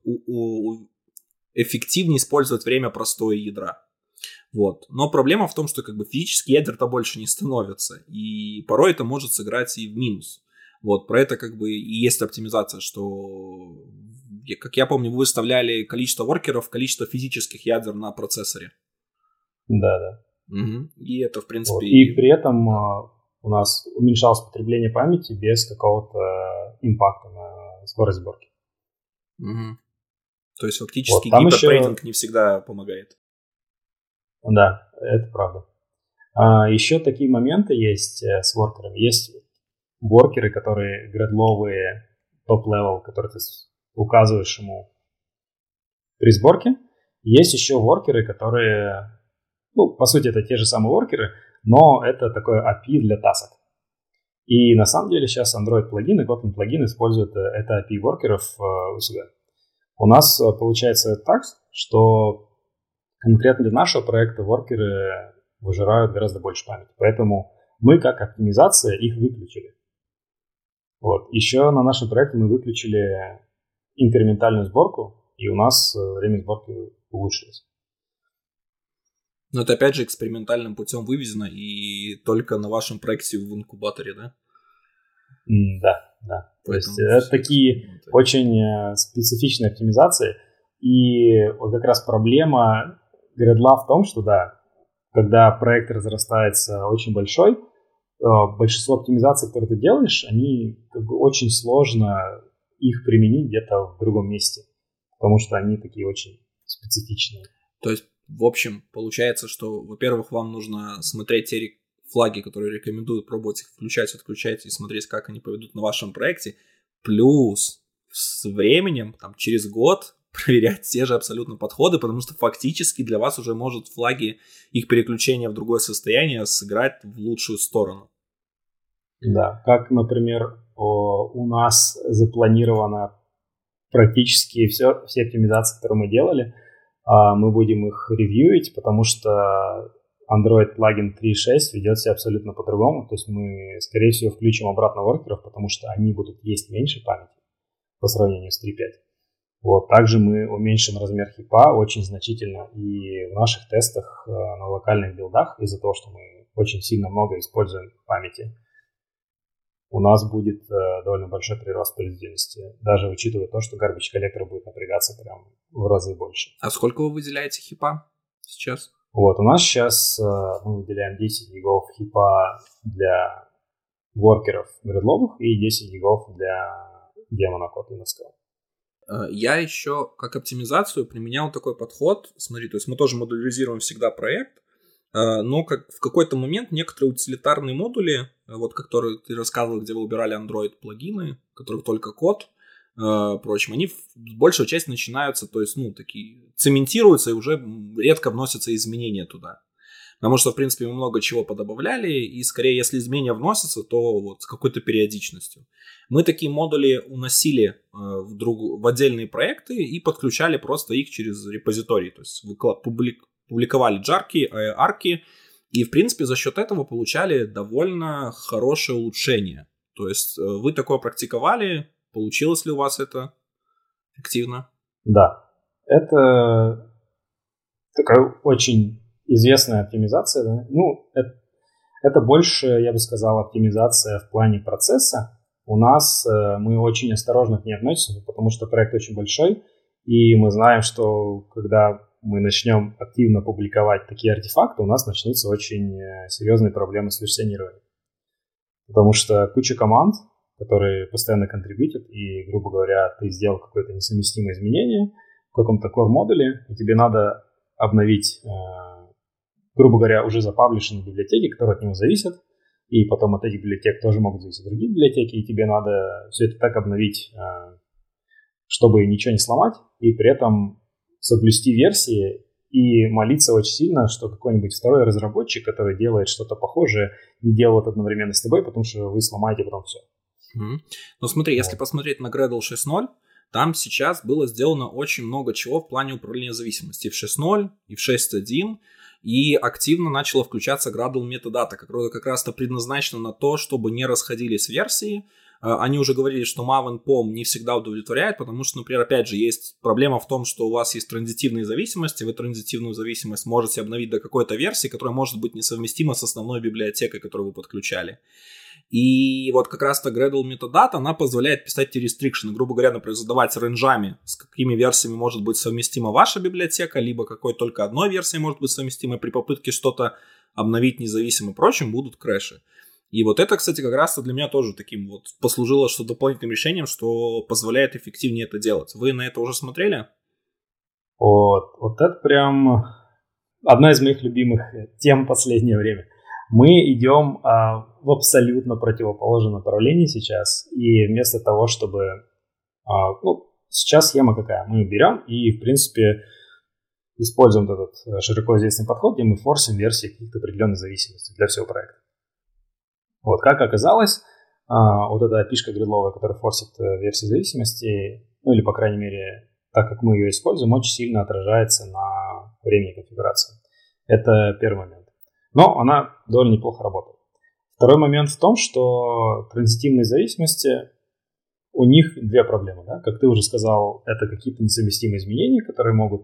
эффективнее использовать время простое ядра. Вот. Но проблема в том, что физически ядер-то больше не становится. И порой это может сыграть и в минус. Вот. Про это и есть оптимизация, что, как я помню, вы выставляли количество воркеров, количество физических ядер на процессоре. Да. Угу. И это, в принципе... Вот. И при этом у нас уменьшалось потребление памяти без какого-то импакта на скорость сборки. Угу. То есть фактически гипертрейдинг еще... не всегда помогает. Да, это правда. Еще такие моменты есть с воркерами. Есть воркеры, которые гредловые, топ-левел, которые ты указываешь ему при сборке. Есть еще воркеры, которые, по сути, это те же самые воркеры, но это такое API для тасок. И на самом деле сейчас Android-плагины, Kotlin-плагин используют это API воркеров у себя. У нас получается так, что конкретно для нашего проекта воркеры выжирают гораздо больше памяти. Поэтому мы, как оптимизация, их выключили. Вот. Еще на нашем проекте мы выключили инкрементальную сборку, и у нас время сборки улучшилось. Но это опять же экспериментальным путем вывезено и только на вашем проекте в инкубаторе, да? Да. То есть это такие очень специфичные оптимизации. И вот как раз проблема гредла в том, что когда проект разрастается очень большой, большинство оптимизаций, которые ты делаешь, они очень сложно их применить где-то в другом месте, потому что они такие очень специфичные. То есть, в общем, получается, что, во-первых, вам нужно смотреть те флаги, которые рекомендуют, пробовать их включать, отключать и смотреть, как они поведут на вашем проекте. Плюс с временем, через год, проверять те же абсолютно подходы, потому что фактически для вас уже может флаги их переключения в другое состояние сыграть в лучшую сторону. Да, как, например, у нас запланировано практически все оптимизации, которые мы делали, мы будем их ревьюить, потому что Android плагин 3.6 ведет себя абсолютно по-другому. То есть мы, скорее всего, включим обратно воркеров, потому что они будут есть меньше памяти по сравнению с 3.5. Вот. Также мы уменьшим размер хипа очень значительно и в наших тестах на локальных билдах, из-за того, что мы очень сильно много используем памяти, у нас будет довольно большой прирост производительности, даже учитывая то, что garbage коллектор будет напрягаться прям в разы больше. А сколько вы выделяете хипа сейчас? Вот, у нас сейчас мы выделяем 10 гигов хипа для воркеров гредловых и 10 гигов для демона котлиновского. Я еще как оптимизацию применял такой подход. Смотри, то есть мы тоже модуляризируем всегда проект, но как в какой-то момент некоторые утилитарные модули, вот которые ты рассказывал, где вы убирали Android плагины, в которых только код, прочим, они с большей части начинаются, то есть, такие цементируются и уже редко вносятся изменения туда. Потому что, в принципе, мы много чего подобавляли, и скорее, если изменения вносятся, то вот с какой-то периодичностью. Мы такие модули уносили в отдельные проекты и подключали просто их через репозиторий. То есть публиковали джарки, арки, и, в принципе, за счет этого получали довольно хорошее улучшение. То есть вы такое практиковали, получилось ли у вас это эффективно? Да, это такая очень известная оптимизация. Да? Это больше, я бы сказал, оптимизация в плане процесса. У нас мы очень осторожно к ней относимся, потому что проект очень большой, и мы знаем, что когда мы начнем активно публиковать такие артефакты, у нас начнутся очень серьезные проблемы с версионированием. Потому что куча команд, которые постоянно контрибьютят, и, грубо говоря, ты сделал какое-то несовместимое изменение в каком-то core-модуле, и тебе надо обновить, грубо говоря, уже запаблишенные библиотеки, которые от него зависят, и потом от этих библиотек тоже могут зависеть другие библиотеки, и тебе надо все это так обновить, чтобы ничего не сломать, и при этом соблюсти версии и молиться очень сильно, что какой-нибудь второй разработчик, который делает что-то похожее, не делает одновременно с тобой, потому что вы сломаете потом все. Ну смотри, если посмотреть на Gradle 6.0, там сейчас было сделано очень много чего в плане управления зависимостью. И в 6.0, и в 6.1, и активно начало включаться Gradle Metadata, которое как раз-то предназначено на то, чтобы не расходились версии. Они уже говорили, что Maven POM не всегда удовлетворяет, потому что, например, опять же, есть проблема в том, что у вас есть транзитивные зависимости, вы транзитивную зависимость можете обновить до какой-то версии, которая может быть несовместима с основной библиотекой, которую вы подключали. И вот как раз-то Gradle Metadata, она позволяет писать эти restrictions, грубо говоря, например, задавать рейнджами, с какими версиями может быть совместима ваша библиотека, либо какой только одной версией может быть совместима, при попытке что-то обновить независимо и прочим будут крэши. И вот это, кстати, как раз-то для меня тоже таким вот послужило что дополнительным решением, что позволяет эффективнее это делать. Вы на это уже смотрели? Вот это прям одна из моих любимых тем в последнее время. Мы идем в абсолютно противоположном направлении сейчас, и вместо того, чтобы... сейчас схема какая? Мы берем и, в принципе, используем этот широко известный подход, где мы форсим версии каких-то определенных зависимостей для всего проекта. Вот, как оказалось, вот эта API-шка гридловая, которая форсит версии зависимости, ну или, по крайней мере, так как мы ее используем, очень сильно отражается на времени конфигурации. Это первый момент. Но она довольно неплохо работает. Второй момент в том, что транзитивные зависимости, у них две проблемы. Да? Как ты уже сказал, это какие-то несовместимые изменения, которые могут...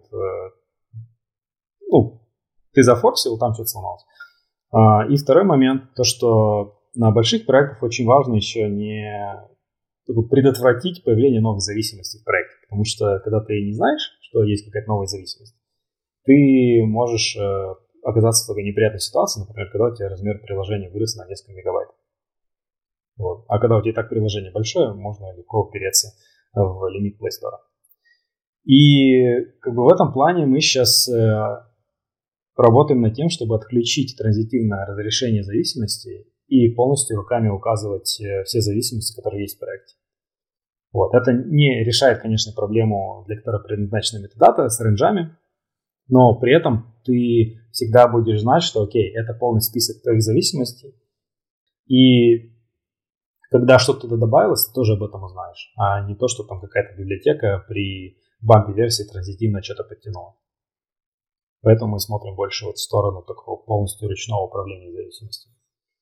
ты зафорсил, там что-то сломалось. И второй момент, то, что на больших проектах очень важно еще не предотвратить появление новых зависимостей в проекте. Потому что, когда ты не знаешь, что есть какая-то новая зависимость, ты можешь оказаться в такой неприятной ситуации, например, когда у тебя размер приложения вырос на несколько мегабайт. Вот. А когда у тебя и так приложение большое, можно легко упереться в лимит Play Store. И в этом плане мы сейчас работаем над тем, чтобы отключить транзитивное разрешение зависимостей и полностью руками указывать все зависимости, которые есть в проекте. Вот. Это не решает, конечно, проблему, для которой предназначена метадата с рейнджами, но при этом ты всегда будешь знать, что окей, это полный список твоих зависимостей, и когда что-то туда добавилось, ты тоже об этом узнаешь, а не то, что там какая-то библиотека при бампе версии транзитивно что-то подтянула. Поэтому мы смотрим больше вот в сторону такого полностью ручного управления зависимостью.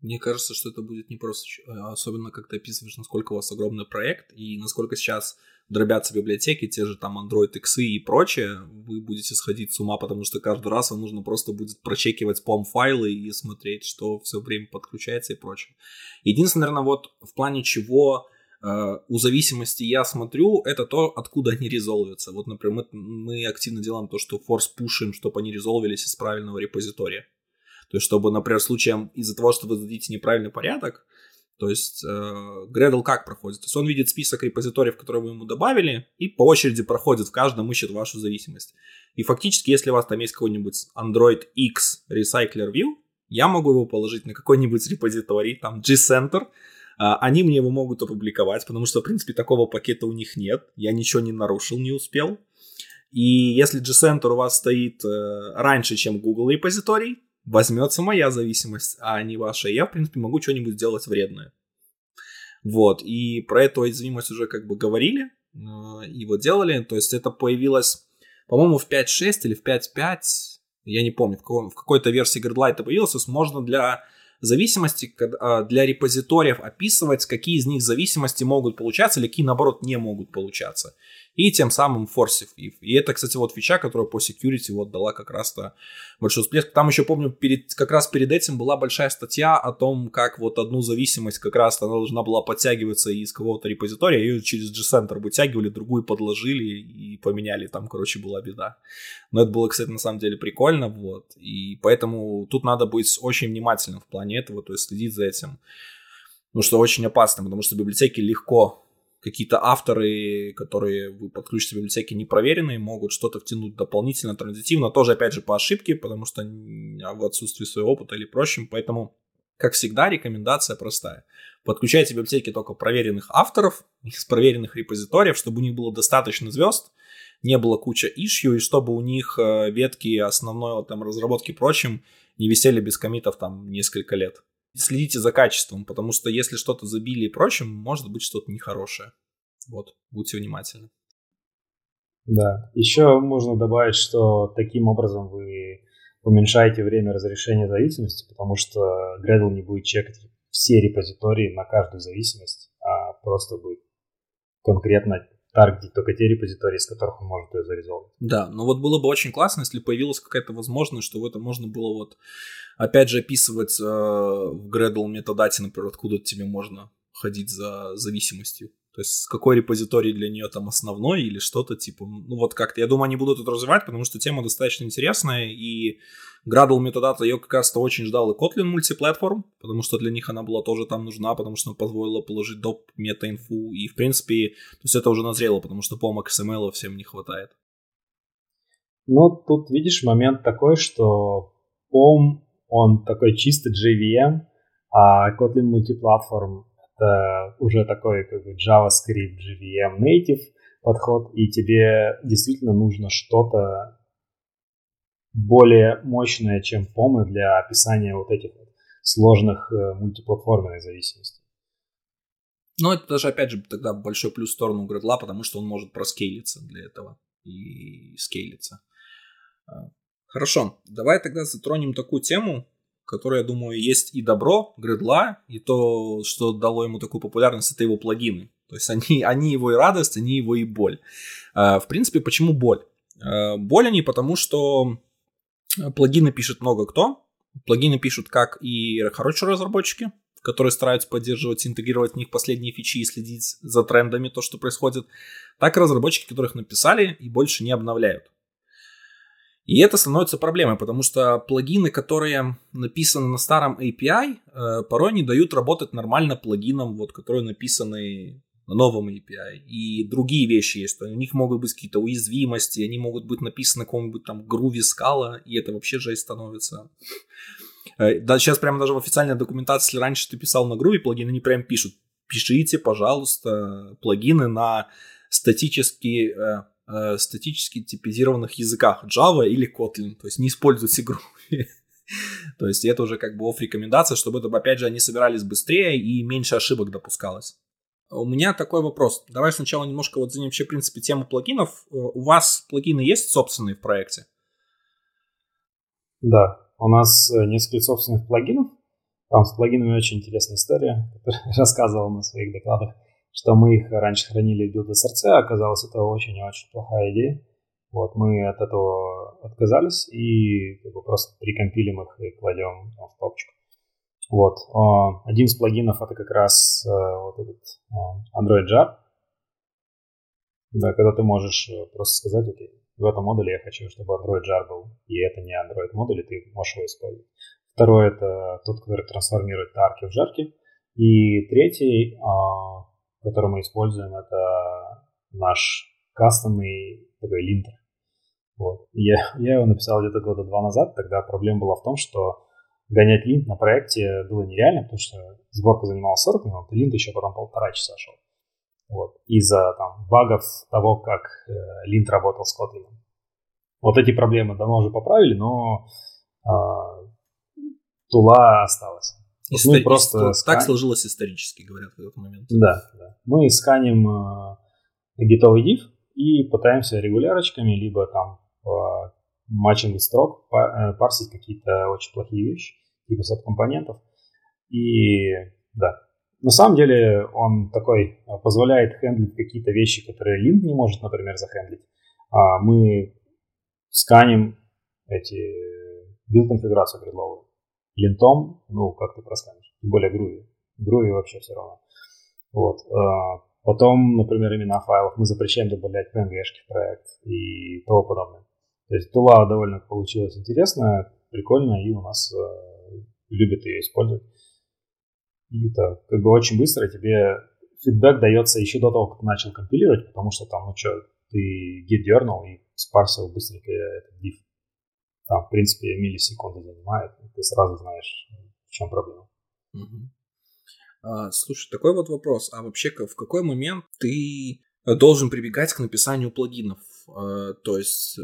Мне кажется, что это будет непросто, особенно как ты описываешь, насколько у вас огромный проект и насколько сейчас дробятся библиотеки, те же там Android X и прочее, вы будете сходить с ума, потому что каждый раз вам нужно просто будет прочекивать спам-файлы и смотреть, что все время подключается и прочее. Единственное, наверное, вот в плане чего у зависимости я смотрю, это то, откуда они резолвятся. Вот, например, мы активно делаем то, что форс-пушим, чтобы они резолвились из правильного репозитория. То есть, чтобы, например, случаем из-за того, что вы зададите неправильный порядок, то есть Gradle как проходит? То есть он видит список репозиториев, которые вы ему добавили, и по очереди проходит, в каждом ищет вашу зависимость. И фактически, если у вас там есть какой-нибудь Android X Recycler View, я могу его положить на какой-нибудь репозиторий, там G-Center, они мне его могут опубликовать, потому что, в принципе, такого пакета у них нет, я ничего не нарушил, не успел. И если G-Center у вас стоит раньше, чем Google репозиторий, возьмется моя зависимость, а не ваша. Я, в принципе, могу что-нибудь делать вредное. Вот. И про эту уязвимость уже как бы говорили. И вот делали. То есть это появилось, по-моему, в 5.6 или в 5.5. Я не помню, в какой-то версии Gradle это появилось. Можно для зависимости, для репозиториев описывать, какие из них зависимости могут получаться или какие, наоборот, не могут получаться. И тем самым форсив if. И это, кстати, вот фича, которая по security вот дала как раз-то большой всплеск. Там еще, помню, как раз перед этим была большая статья о том, как вот одну зависимость как раз она должна была подтягиваться из какого-то репозитория, ее через G-Center вытягивали, другую подложили и поменяли. Там, короче, была беда. Но это было, кстати, на самом деле прикольно. Вот. И поэтому тут надо быть очень внимательным в плане этого, то есть следить за этим. Ну, что очень опасно, потому что библиотеки легко... Какие-то авторы, которые вы подключите в библиотеке непроверенные, могут что-то втянуть дополнительно, транзитивно, тоже, опять же, по ошибке, потому что в отсутствии своего опыта или прочим. Поэтому, как всегда, рекомендация простая. Подключайте в библиотеке только проверенных авторов, из проверенных репозиториев, чтобы у них было достаточно звезд, не было куча issue, и чтобы у них ветки основной там, разработки и прочим не висели без коммитов там несколько лет. Следите за качеством, потому что если что-то забили и прочим, может быть что-то нехорошее. Вот, будьте внимательны. Да, еще можно добавить, что таким образом вы уменьшаете время разрешения зависимости, потому что Gradle не будет чекать все репозитории на каждую зависимость, а просто будет конкретно таргетить только те репозитории, из которых он может ее зарезолвить. Да, но вот было бы очень классно, если появилась какая-то возможность, что это можно было вот опять же описывать в Gradle метадате, например, откуда тебе можно ходить за зависимостью. То есть какой репозиторий для нее там основной или что-то типа. Ну вот как-то. Я думаю, они будут это развивать, потому что тема достаточно интересная. И Gradle метадата ее как раз-то очень ждал и Kotlin мультиплатформ, потому что для них она была тоже там нужна, потому что она позволила положить доп мета-инфу. И в принципе, то есть это уже назрело, потому что POM XML всем не хватает. Ну, тут видишь момент такой, что POM, он такой чисто JVM, а Kotlin мультиплатформ это уже такой как бы JavaScript JVM native подход, и тебе действительно нужно что-то более мощное, чем POM для описания вот этих вот сложных мультиплатформенных зависимостей. Ну, это даже, опять же, тогда большой плюс в сторону Gradle, потому что он может проскейлиться для этого и скейлиться. Хорошо, давай тогда затронем такую тему, которая, я думаю, есть и добро Gradle, и то, что дало ему такую популярность, это его плагины. То есть они его и радость, они его и боль. В принципе, почему боль? Боль они потому, что плагины пишет много кто. Плагины пишут как и хорошие разработчики, которые стараются поддерживать, интегрировать в них последние фичи и следить за трендами, то, что происходит, так и разработчики, которых написали и больше не обновляют. И это становится проблемой, потому что плагины, которые написаны на старом API, порой не дают работать нормально плагинам, вот, которые написаны на новом API. И другие вещи есть. У них могут быть какие-то уязвимости, они могут быть написаны на каком-нибудь там Groovy Scala, и это вообще жесть становится. Да, сейчас прямо даже в официальной документации, если раньше ты писал на Groovy плагины, они прям пишут: пишите, пожалуйста, плагины на статически типизированных языках Java или Kotlin, то есть не используйте Groovy. То есть это уже как бы офф-рекомендация, чтобы это, опять же, они собирались быстрее и меньше ошибок допускалось. У меня такой вопрос. Давай сначала немножко вот заним вообще, в принципе, тему плагинов. У вас плагины есть собственные в проекте? Да, у нас несколько собственных плагинов. Там с плагинами очень интересная история, которую я рассказывал на своих докладах, что мы их раньше хранили в build.src, а оказалось, это очень-очень плохая идея. Вот, мы от этого отказались и просто прикомпилим их и кладем в папочку. Вот. Один из плагинов это как раз вот этот Android Jar. Да, когда ты можешь просто сказать, окей, в этом модуле я хочу, чтобы Android Jar был, и это не Android модуль, и ты можешь его использовать. Второй это тот, который трансформирует тарки в жарки. И третий, который мы используем, это наш кастомный такой линтер. Вот. Я его написал где-то года 2 назад, тогда проблема была в том, что гонять линт на проекте было нереально, потому что сборка занимала 40 минут, и линт еще потом 1,5 часа шел. Вот. Из-за багов того, как линт работал с Kotlin. Вот эти проблемы давно уже поправили, но тула осталась. Мы просто так сложилось исторически, говорят, в этот момент. Да. Мы сканим гитовый div и пытаемся регулярочками, либо там по матчингу строк парсить какие-то очень плохие вещи, типа сабкомпонентов. И да, на самом деле он такой позволяет хендлить какие-то вещи, которые линт не может, например, захендлить. Мы сканим эти билд-конфигурацию гридловую. Линтом, как ты просканишь. Тем более Groovy. Groovy вообще все равно. Вот. Потом, например, имена файлов мы запрещаем добавлять PNG-шки в проект и тому подобное. То есть тула довольно получилась интересная, прикольная, и у нас любят ее использовать. И это очень быстро тебе фидбэк дается еще до того, как ты начал компилировать, потому что там, ты git дернул и спарсил быстренько этот div. Там, в принципе, миллисекунды занимает, и ты сразу знаешь, в чем проблема. Слушай, такой вот вопрос. А вообще, в какой момент ты должен прибегать к написанию плагинов? То есть,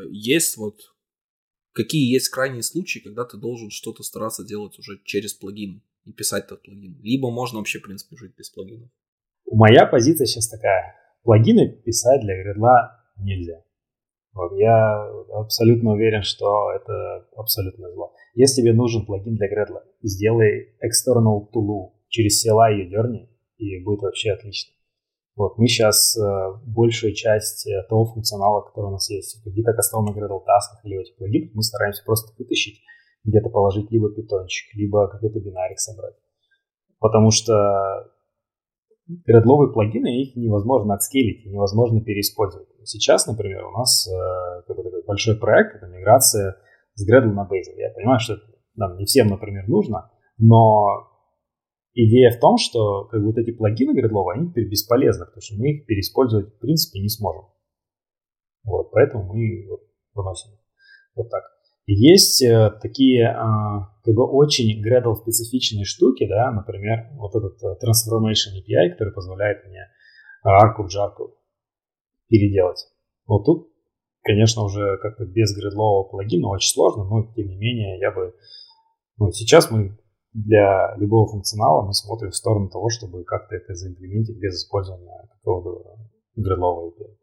какие есть крайние случаи, когда ты должен что-то стараться делать уже через плагин и писать этот плагин? Либо можно вообще, в принципе, жить без плагинов? Моя позиция сейчас такая. Плагины писать для гридла нельзя. Вот, я абсолютно уверен, что это абсолютно зло. Если тебе нужен плагин для Gradle, сделай external tool, через CLI ее дерни, и будет вообще отлично. Вот, мы сейчас большую часть того функционала, который у нас есть в каких-то кастомных Gradle тасках или в этих плагинах, мы стараемся просто вытащить, где-то положить либо питончик, либо какой-то бинарик собрать. Потому что градловые плагины, их невозможно отскейлить, невозможно переиспользовать. Сейчас, например, у нас такой большой проект, это миграция с Gradle на Bazel. Я понимаю, что это нам не всем, например, нужно, но идея в том, что вот эти плагины градловые, они теперь бесполезны, потому что мы их переиспользовать в принципе не сможем. Вот, поэтому мы выносим их. Вот так. Есть такие очень Gradle специфичные штуки, да, например, вот этот Transformation API, который позволяет мне арку в жарку переделать. Вот тут, конечно, уже как-то без градлового плагина очень сложно, но тем не менее я бы... сейчас мы для любого функционала мы смотрим в сторону того, чтобы как-то это заимплементить без использования какого-то градлового API.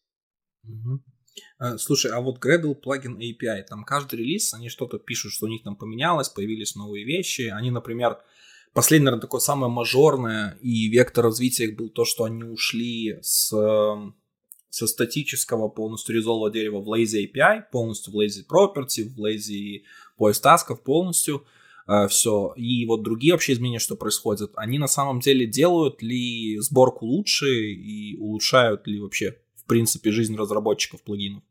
Слушай, а вот Gradle плагин API, там каждый релиз, они что-то пишут, что у них там поменялось, появились новые вещи. Они, например, последний, наверное, такое самое мажорное и вектор развития их был то, что они ушли со статического полностью резолва дерева в Lazy API, полностью в Lazy Property, в Lazy поиск тасков полностью. Все. И вот другие вообще изменения, что происходят, они на самом деле делают ли сборку лучше и улучшают ли вообще в принципе жизнь разработчиков плагинов?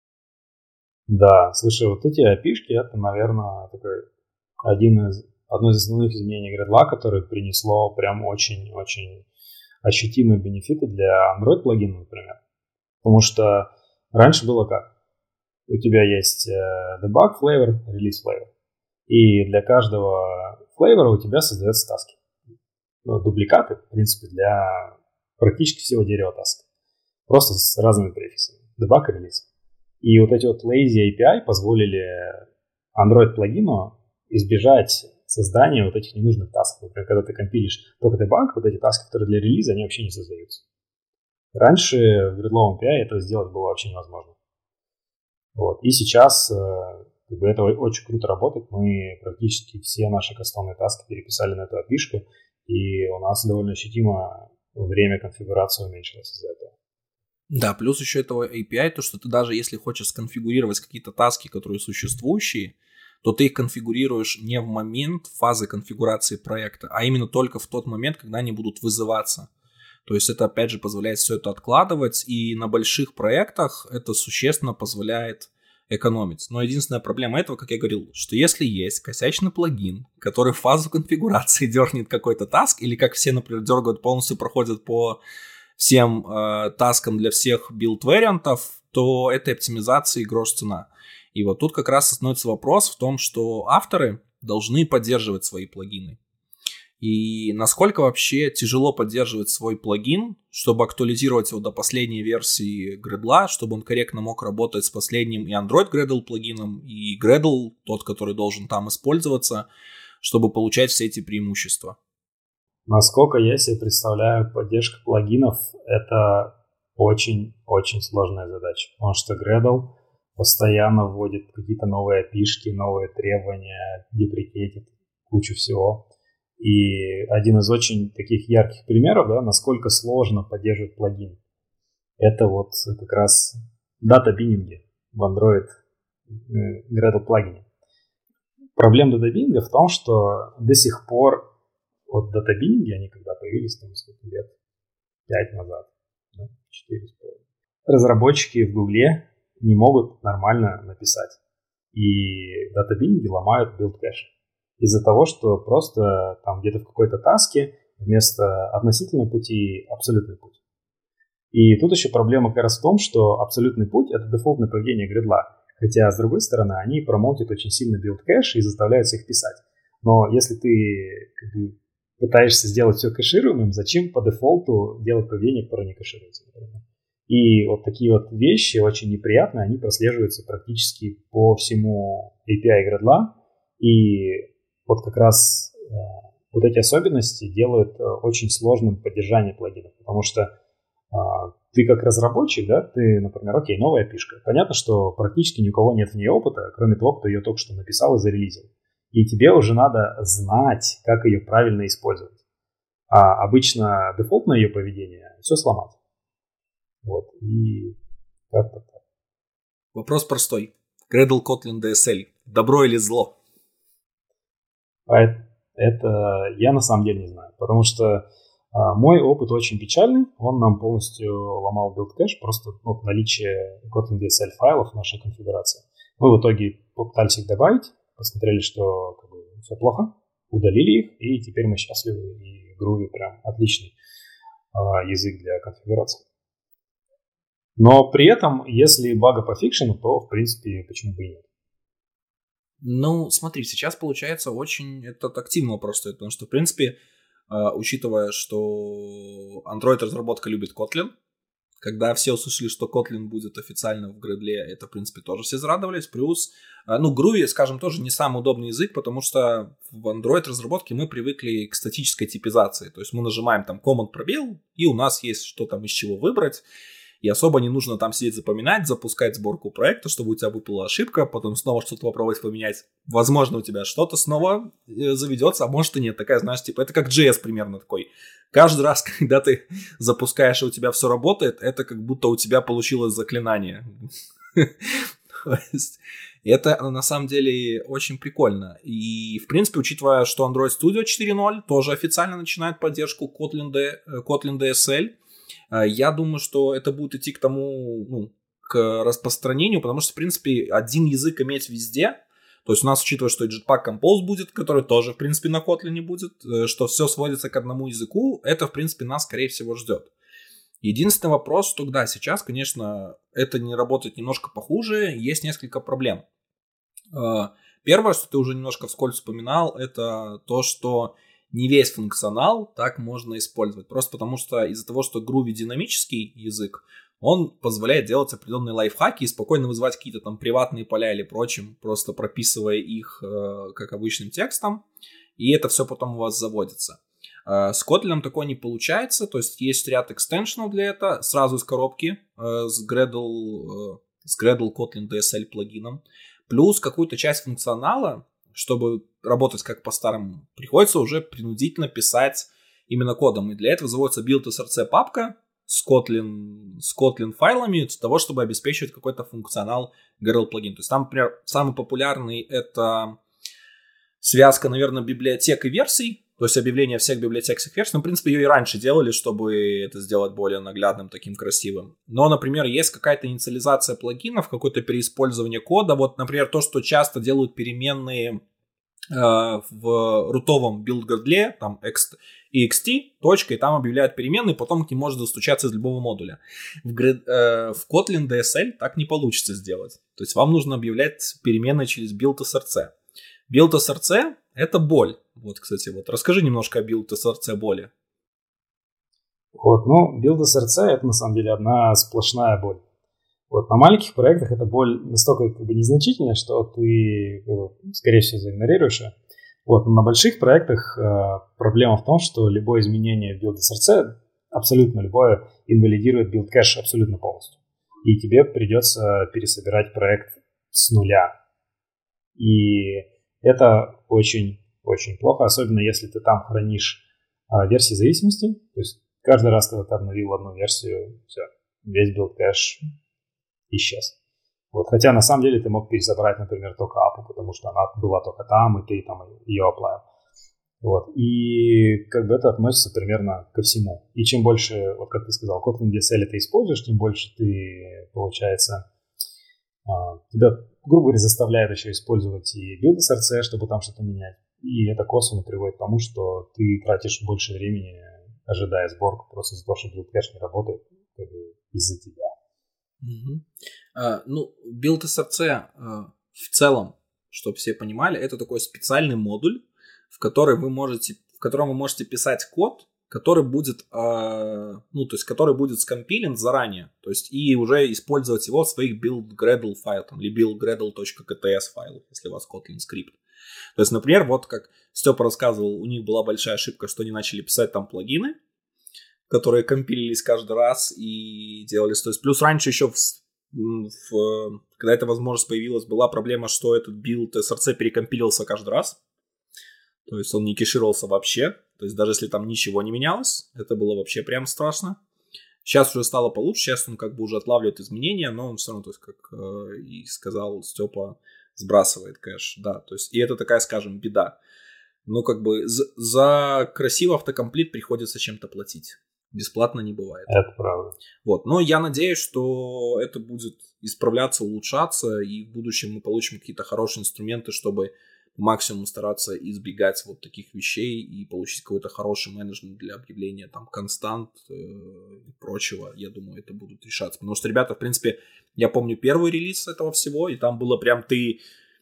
Да, слушай, вот эти API-шки, это, наверное, такой одно из основных изменений Gradle, которое принесло прям очень-очень ощутимые бенефиты для Android плагина, например. Потому что раньше было как? У тебя есть debug flavor, release flavor. И для каждого флейвора у тебя создаются таски. Дубликаты, в принципе, для практически всего дерева таски. Просто с разными префиксами. Debug и release. И вот эти вот Lazy API позволили Android плагину избежать создания вот этих ненужных тасков. Например, когда ты компилишь только debug, вот эти таски, которые для релиза, они вообще не создаются. Раньше в Gradle API это сделать было вообще невозможно. Вот. И сейчас Как бы это очень круто работает. Мы практически все наши кастомные таски переписали на эту API-шку, и у нас довольно ощутимо время конфигурации уменьшилось из-за этого. Да, плюс еще этого API, то, что ты даже если хочешь сконфигурировать какие-то таски, которые существующие, то ты их конфигурируешь не в момент фазы конфигурации проекта, а именно только в тот момент, когда они будут вызываться. То есть это, опять же, позволяет все это откладывать, и на больших проектах это существенно позволяет экономить. Но единственная проблема этого, как я говорил, что если есть косячный плагин, который в фазу конфигурации дернет какой-то таск, или как все, например, дергают, полностью проходят по всем таскам для всех билд-вариантов, то этой оптимизации грош цена. И вот тут как раз становится вопрос в том, что авторы должны поддерживать свои плагины. И насколько вообще тяжело поддерживать свой плагин, чтобы актуализировать его до последней версии Gradle, чтобы он корректно мог работать с последним и Android Gradle плагином, и Gradle, тот, который должен там использоваться, чтобы получать все эти преимущества. Насколько я себе представляю, поддержка плагинов — это очень-очень сложная задача, потому что Gradle постоянно вводит какие-то новые API-шки, новые требования, деприкейтит кучу всего. И один из очень таких ярких примеров, да, насколько сложно поддерживать плагин, это вот как раз дата-биннинги в Android Gradle плагине. Проблема дата-биннинга в том, что до сих пор вот дата-биннинги, они когда появились, там, сколько лет? 5 назад, да? 4,5. Разработчики в Гугле не могут нормально написать. И дата-биннинги ломают билд-кэш. Из-за того, что просто там где-то в какой-то таске вместо относительного пути абсолютный путь. И тут еще проблема как раз в том, что абсолютный путь — это дефолтное поведение Gradle. Хотя, с другой стороны, они промотят очень сильно билд-кэш и заставляют их писать. Но если ты как бы пытаешься сделать все кэшируемым, зачем по дефолту делать поведение, которое не кэшируется, например? И вот такие вот вещи очень неприятные, они прослеживаются практически по всему API Gradle. И вот как раз вот эти особенности делают очень сложным поддержание плагинов, потому что ты как разработчик, да, ты, например, окей, новая API-шка. Понятно, что практически ни у кого нет в ней опыта, кроме того, кто ее только что написал и зарелизил. И тебе уже надо знать, как ее правильно использовать. А обычно дефолтное ее поведение все сломать. Вот, и как-то так. Вопрос простой. Gradle Kotlin DSL. Добро или зло? Это я на самом деле не знаю, потому что мой опыт очень печальный. Он нам полностью ломал билд-кэш, просто наличие Kotlin DSL файлов в нашей конфигурации. Мы в итоге попытались их добавить, посмотрели, что как бы, все плохо, удалили их, и теперь мы счастливы. И Groovy прям отличный язык для конфигурации. Но при этом, если бага по фикшену, то, в принципе, почему бы и нет. Ну, смотри, сейчас получается очень этот активный вопрос стоит, потому что, в принципе, учитывая, что Android-разработка любит Kotlin, когда все услышали, что Kotlin будет официально в Gradle, это, в принципе, тоже все зарадовались. Плюс, Groovy, скажем, тоже не самый удобный язык, потому что в Android-разработке мы привыкли к статической типизации. То есть мы нажимаем там команд-пробел, и у нас есть что там из чего выбрать. И особо не нужно там сидеть запоминать, запускать сборку проекта, чтобы у тебя выпала ошибка, потом снова что-то попробовать поменять. Возможно, у тебя что-то снова заведется, а может и нет. Такая, знаешь, типа, это как JS примерно такой. Каждый раз, когда ты запускаешь, и у тебя все работает, это как будто у тебя получилось заклинание. Это на самом деле очень прикольно. И, в принципе, учитывая, что Android Studio 4.0 тоже официально начинает поддержку Kotlin DSL, я думаю, что это будет идти к тому, к распространению, потому что, в принципе, один язык иметь везде. То есть у нас, учитывая, что и Jetpack Compose будет, который тоже, в принципе, на Kotlin будет, что все сводится к одному языку, это, в принципе, нас, скорее всего, ждет. Единственный вопрос, что да, сейчас, конечно, это не работает немножко похуже, есть несколько проблем. Первое, что ты уже немножко вскользь вспоминал, это то, что не весь функционал так можно использовать. Просто потому что из-за того, что Groovy динамический язык, он позволяет делать определенные лайфхаки и спокойно вызывать какие-то там приватные поля или прочим, просто прописывая их как обычным текстом, и это все потом у вас заводится. С Kotlin такое не получается, то есть есть ряд экстеншенов для этого, сразу из коробки с Gradle Kotlin DSL плагином. Плюс какую-то часть функционала, чтобы работать как по-старому, приходится уже принудительно писать именно кодом. И для этого заводится build.src папка с Kotlin файлами для того, чтобы обеспечивать какой-то функционал Gradle плагин. То есть там, например, самый популярный это связка, наверное, библиотек и версий. То есть объявление всех библиотек, всех версий. Ну, в принципе, ее и раньше делали, чтобы это сделать более наглядным, таким красивым. Но, например, есть какая-то инициализация плагинов, какое-то переиспользование кода. Вот, например, то, что часто делают переменные в рутовом билд-градле, там ext, точка, и там объявляют переменные, потом к ним можно достучаться из любого модуля. В Kotlin DSL так не получится сделать. То есть вам нужно объявлять переменные через build.src. Build.src — это боль. Вот, кстати, вот расскажи немножко о build.src боли. Вот, ну, build.src — это на самом деле одна сплошная боль. Вот, на маленьких проектах эта боль настолько как бы незначительная, что ты, скорее всего, заигнорируешь ее. Вот, но на больших проектах проблема в том, что любое изменение в build.src, абсолютно любое, инвалидирует build кэш абсолютно полностью. И тебе придется пересобирать проект с нуля. И это очень-очень плохо, особенно если ты там хранишь версии зависимости. То есть каждый раз, когда ты обновил одну версию, все, весь build кэш исчез. Вот. Хотя на самом деле ты мог пересобрать, например, только апу, потому что она была только там, и ты там ее оплавил. Вот. И как бы это относится примерно ко всему. И чем больше, вот как ты сказал, Kotlin DSL ты используешь, тем больше ты, получается, тебя, грубо говоря, заставляет еще использовать и build.src, чтобы там что-то менять. И это косвенно приводит к тому, что ты тратишь больше времени, ожидая сборку, просто из-за того, что build кэш не работает, как бы из-за тебя. Ну, build.src в целом, чтобы все понимали, это такой специальный модуль, в котором вы можете писать код, который будет, который будет скомпилен заранее, то есть и уже использовать его в своих build.gradle файлах, или build.gradle.kts файлах, если у вас Kotlin скрипт. То есть, например, вот как Степа рассказывал, у них была большая ошибка, что они начали писать там плагины, которые компилились каждый раз и делались. То есть, плюс раньше еще, когда эта возможность появилась, была проблема, что этот build.src перекомпилился каждый раз. То есть, он не кешировался вообще. То есть, даже если там ничего не менялось, это было вообще прям страшно. Сейчас уже стало получше, сейчас он как бы уже отлавливает изменения, но он все равно, то есть, как и сказал Степа, сбрасывает кэш. Да, то есть, и это такая, скажем, беда. Ну, как бы за красивый автокомплит приходится чем-то платить. Бесплатно не бывает. Это правда. Вот. Но я надеюсь, что это будет исправляться, улучшаться, и в будущем мы получим какие-то хорошие инструменты, чтобы по максимуму стараться избегать вот таких вещей и получить какой-то хороший менеджмент для объявления там констант и прочего. Я думаю, это будут решаться. Потому что, ребята, в принципе, я помню первый релиз этого всего, и там было прям ты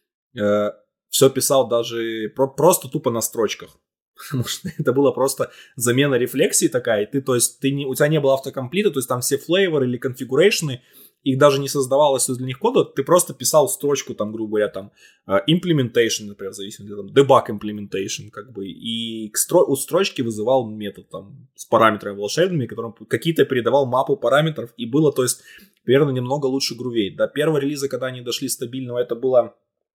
все писал даже просто тупо на строчках. Потому что это была просто замена рефлексии такая. И у тебя не было автокомплита, то есть там все флейворы или конфигурейшны, их даже не создавалось для них кода, ты просто писал строчку, там, грубо говоря, там, implementation, например, в зависимости, там, debug implementation, как бы, и у строчки вызывал метод, там, с параметрами волшебными, которым какие-то передавал мапу параметров, и было, то есть, примерно немного лучше грувей. До первого релиза, когда они дошли стабильного, это было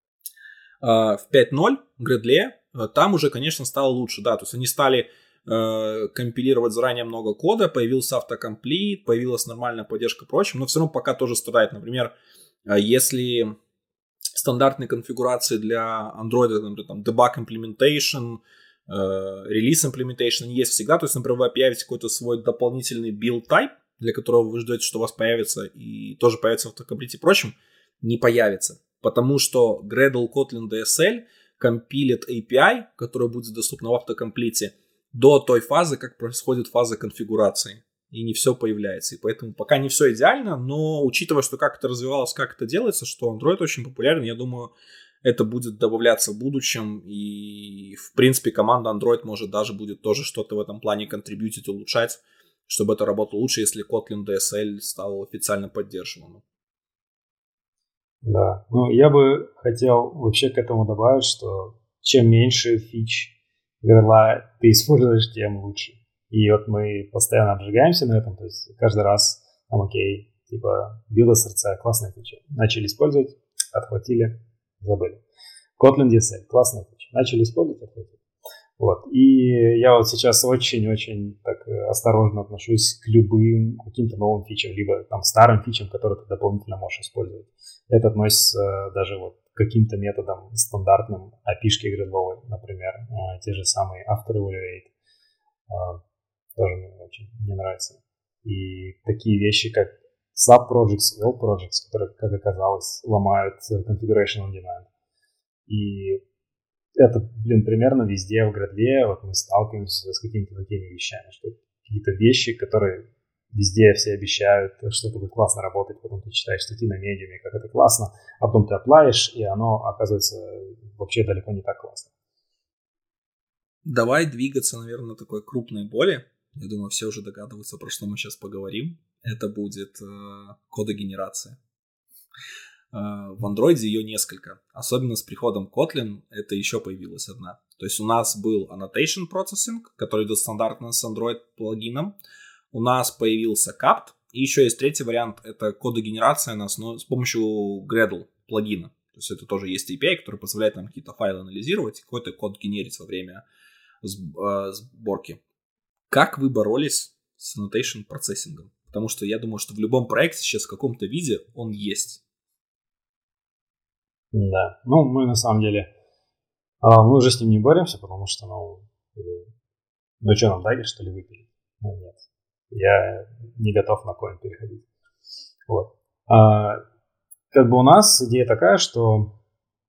в 5.0 Gradle, там уже, конечно, стало лучше, да, то есть они стали компилировать заранее много кода, появился автокомплит, появилась нормальная поддержка и прочим, но все равно пока тоже страдает. Например, если стандартные конфигурации для Android, например, там debug implementation, release implementation есть всегда, то есть, например, вы объявите какой-то свой дополнительный build type, для которого вы ждете, что у вас появится, и тоже появится в автокомплите и прочим, не появится, потому что Gradle Kotlin DSL компилит API, которая будет доступна в автокомплите, до той фазы, как происходит фаза конфигурации. И не все появляется. И поэтому пока не все идеально, но учитывая, что как это развивалось, как это делается, что Android очень популярен, я думаю, это будет добавляться в будущем. И, в принципе, команда Android может даже будет тоже что-то в этом плане контрибьютить, улучшать, чтобы это работало лучше, если Kotlin DSL стал официально поддерживаемым. Да, ну я бы хотел вообще к этому добавить, что чем меньше фич Gradle ты используешь, тем лучше. И вот мы постоянно обжигаемся на этом, то есть каждый раз там окей, типа build.src, классная фича. Начали использовать, отхватили, забыли. Kotlin DSL, классная фича. Начали использовать это. Вот. И я вот сейчас очень-очень так осторожно отношусь к любым каким-то новым фичам, либо там старым фичам, которые ты дополнительно можешь использовать. Это относится даже вот к каким-то методам стандартным API-шки гридловой, например, те же самые After Evaluate, тоже мне очень не нравится. И такие вещи, как sub-projects, well-projects, которые, как оказалось, ломают configuration on demand. И это, примерно везде в Gradle вот мы сталкиваемся с какими-то такими вещами, что какие-то вещи, которые везде все обещают, что это будет классно работать, потом ты читаешь статьи на медиуме, как это классно, а потом ты оплаешь, и оно оказывается вообще далеко не так классно. Давай двигаться, наверное, на такой крупной боли. Я думаю, все уже догадываются, про что мы сейчас поговорим. Это будет кодогенерация. В Android ее несколько. Особенно с приходом Kotlin это еще появилась одна. То есть у нас был annotation processing, который идет стандартно с Android плагином. У нас появился Capt. И еще есть третий вариант. Это кодогенерация с помощью Gradle плагина. То есть это тоже есть API, который позволяет нам какие-то файлы анализировать и какой-то код генерить во время сборки. Как вы боролись с annotation процессингом? Потому что я думаю, что в любом проекте сейчас в каком-то виде он есть. Да, мы на самом деле, мы уже с ним не боремся, потому что, что нам, дагер, что ли, выпилить? Нет, я не готов на коин переходить. Вот. Как бы у нас идея такая, что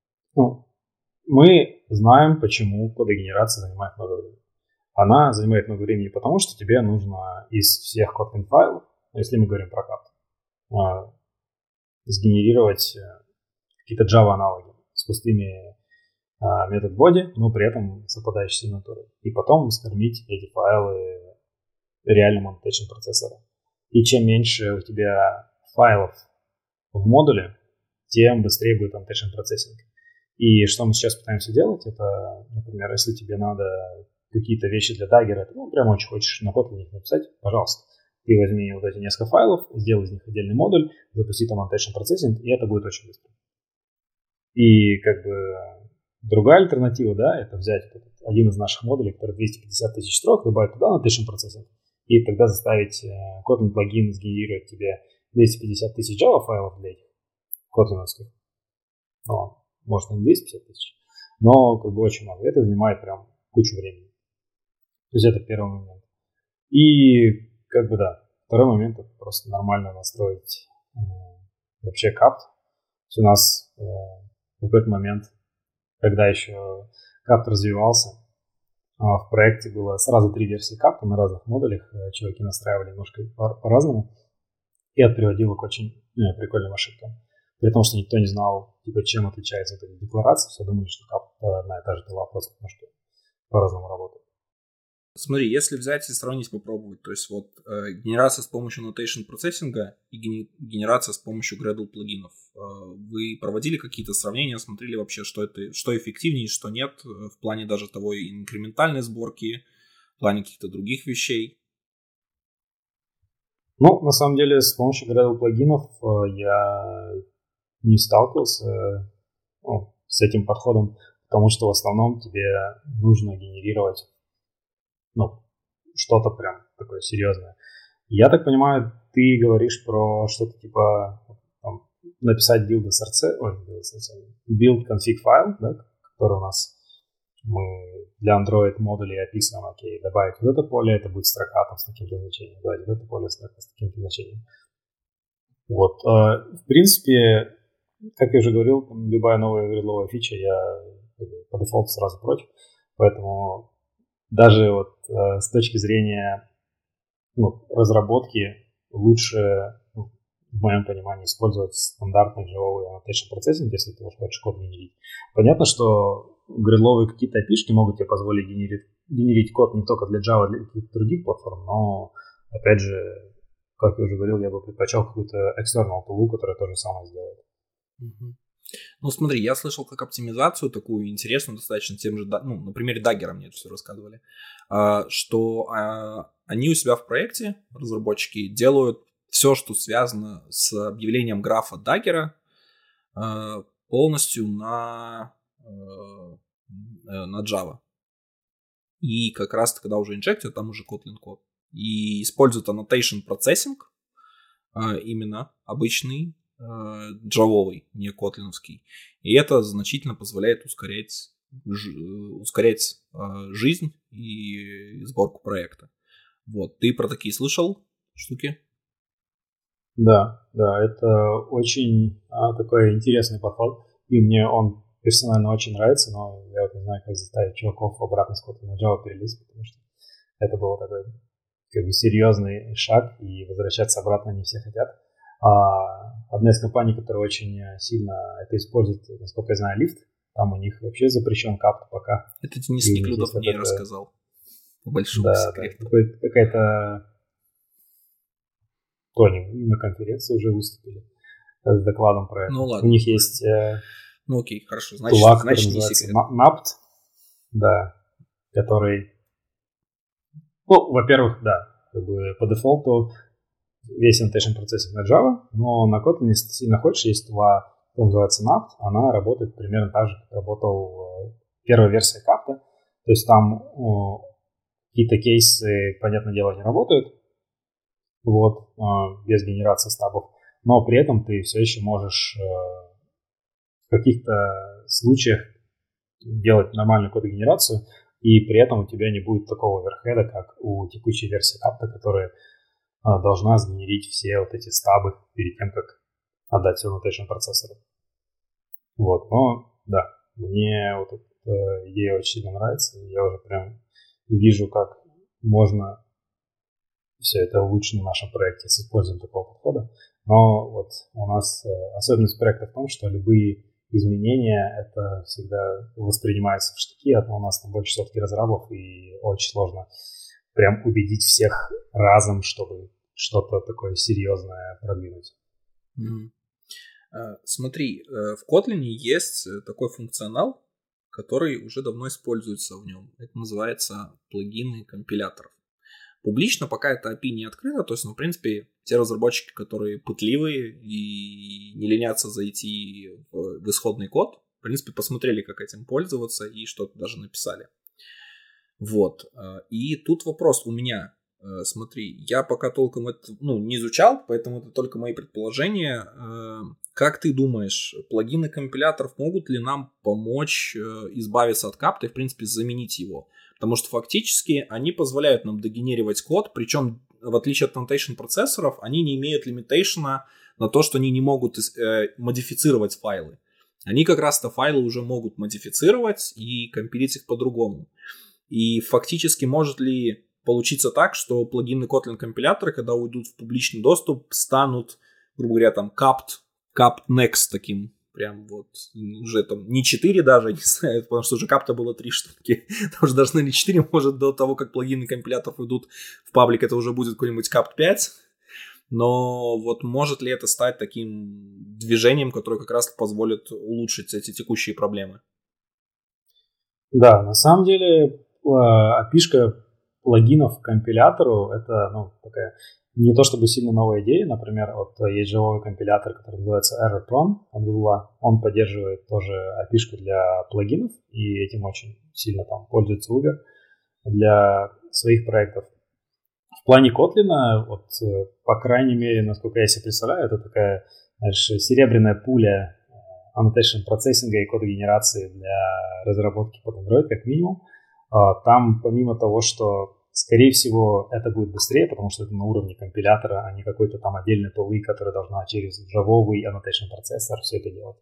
мы знаем, почему кодогенерация занимает много времени. Она занимает много времени потому, что тебе нужно из всех Kotlin файлов, если мы говорим про Capt, сгенерировать какие-то Java-аналоги с пустыми метод body, но при этом совпадающей сигнатурой. И потом скормить эти файлы реальному annotation процессору. И чем меньше у тебя файлов в модуле, тем быстрее будет annotation процессинг. И что мы сейчас пытаемся делать, это, например, если тебе надо какие-то вещи для даггера, ты прям очень хочешь на Kotlin их написать, пожалуйста. Ты возьми вот эти несколько файлов, сделай из них отдельный модуль, запусти там annotation процессинг, и это будет очень быстро. И как бы другая альтернатива, да, это взять один из наших модулей, который 250 тысяч строк, добавить туда annotation процессинг, и тогда заставить Kotlin плагин сгенерировать тебе 250 тысяч Java файлов для этих котлиновских. Может, не 250 тысяч, но как бы очень много. Это занимает прям кучу времени. То есть это первый момент. И как бы да, второй момент — это просто нормально настроить вообще Capt. У нас в какой-то момент, когда еще Capt развивался, в проекте было сразу 3 версии Capt на разных модулях. Чуваки настраивали немножко по-разному. И это приводило к очень прикольным ошибкам. При том, что никто не знал, чем отличается эта декларация. Все думали, что Capt одна и та же была, просто немножко по-разному работает. Смотри, если взять и сравнить, попробовать, то есть вот генерация с помощью annotation процессинга и генерация с помощью Gradle плагинов, вы проводили какие-то сравнения, смотрели вообще, что эффективнее, что нет, в плане даже того и инкрементальной сборки, в плане каких-то других вещей? На самом деле, с помощью Gradle плагинов я не сталкивался с этим подходом, потому что в основном тебе нужно генерировать что-то прям такое серьезное. Я так понимаю, ты говоришь про что-то типа написать build config файл, да, который у нас мы для Android модулей описываем, окей, добавить вот это поле, это будет строка там с таким-то значением, добавить вот это поле, строка с таким-то значением. Вот, в принципе, как я уже говорил, любая новая гридловая фича, я по дефолту сразу против, поэтому даже вот с точки зрения разработки лучше, в моем понимании, использовать стандартный джавовый annotation процессинг, если ты уж хочешь код генерить. Понятно, что гридловые какие-то API-шки могут тебе позволить генерить код не только для Java, для каких-то других платформ, но, опять же, как я уже говорил, я бы предпочел какую-то external tool, которая то же самое сделает. Смотри, я слышал как оптимизацию такую интересную достаточно тем же, на примере Dagger мне это все рассказывали, что они у себя в проекте, разработчики, делают все, что связано с объявлением графа Dagger полностью на Java. И как раз когда уже инжектят, там уже Kotlin код. И используют annotation processing, именно обычный, джавовый, не котлиновский. И это значительно позволяет ускорять жизнь и сборку проекта. Вот, ты про такие слышал штуки? Да, это очень такой интересный подход, и мне он персонально очень нравится, но я вот не знаю, как заставить чуваков обратно с Kotlin на Java перелезть, потому что это был такой как бы серьезный шаг, и возвращаться обратно не все хотят. Одна из компаний, которая очень сильно это использует, насколько я знаю, Lyft, там у них вообще запрещен капт пока. Это Денис Неклюдов мне рассказал, по большому секрету. Да, какая-то... То они на конференции уже выступили с докладом про это. Ну ладно. У них есть... Ну окей, хорошо, значит не секрет. NAPT, да, который... Ну, во-первых, да, как бы по дефолту весь annotation процессинг на Java, но на Kotlin, если ты сильно хочешь, есть что называется NAPT, она работает примерно так же, как работала первая версия CAPT. То есть там какие-то кейсы, понятное дело, не работают, вот, без генерации стабов, но при этом ты все еще можешь в каких-то случаях делать нормальную кодогенерацию, и при этом у тебя не будет такого оверхеда, как у текущей версии CAPT, которая должна сгенерить все вот эти стабы перед тем, как отдать все annotation процессору. Вот, но да, мне вот эта идея очень сильно нравится, и я уже прям вижу, как можно все это улучшить в нашем проекте с использованием такого подхода. Но вот у нас особенность проекта в том, что любые изменения, это всегда воспринимается в штыки, а то у нас там больше сотки разрабов, и очень сложно прям убедить всех разом, чтобы что-то такое серьезное продвинуть. Смотри, в Kotlin есть такой функционал, который уже давно используется в нем. Это называется плагины компиляторов. Публично пока это API не открыто, то есть, в принципе, те разработчики, которые пытливые и не ленятся зайти в исходный код, в принципе, посмотрели, как этим пользоваться и что-то даже написали. Вот. И тут вопрос у меня. Смотри, я пока толком это не изучал, поэтому это только мои предположения. Как ты думаешь, плагины компиляторов могут ли нам помочь избавиться от капта и, в принципе, заменить его? Потому что фактически они позволяют нам дегенерировать код, причем, в отличие от annotation процессоров, они не имеют лимитейшена на то, что они не могут модифицировать файлы. Они как раз-то файлы уже могут модифицировать и компилить их по-другому. И фактически может ли получиться так, что плагины Kotlin компиляторы, когда уйдут в публичный доступ, станут, грубо говоря, там capt next таким, прям вот, уже там не 4 даже, не знаю, потому что уже капта было 3 штуки, там уже даже, наверное, 4, может, до того, как плагины компиляторов уйдут в паблик, это уже будет какой-нибудь capt 5, но вот может ли это стать таким движением, которое как раз позволит улучшить эти текущие проблемы? Да, на самом деле API-шка плагинов к компилятору это такая не то чтобы сильно новая идея. Например, вот есть Java компилятор, который называется ErrorProne от Google. Он поддерживает тоже API-шку для плагинов, и этим очень сильно там пользуется Uber для своих проектов. В плане Kotlin, вот, по крайней мере, насколько я себе представляю, это такая, знаешь, серебряная пуля annotation процессинга и кодогенерации для разработки под Android, как минимум. Там, помимо того, что, скорее всего, это будет быстрее, потому что это на уровне компилятора, а не какой-то там отдельной тулы, которая должна через джавовый annotation процессор все это делать.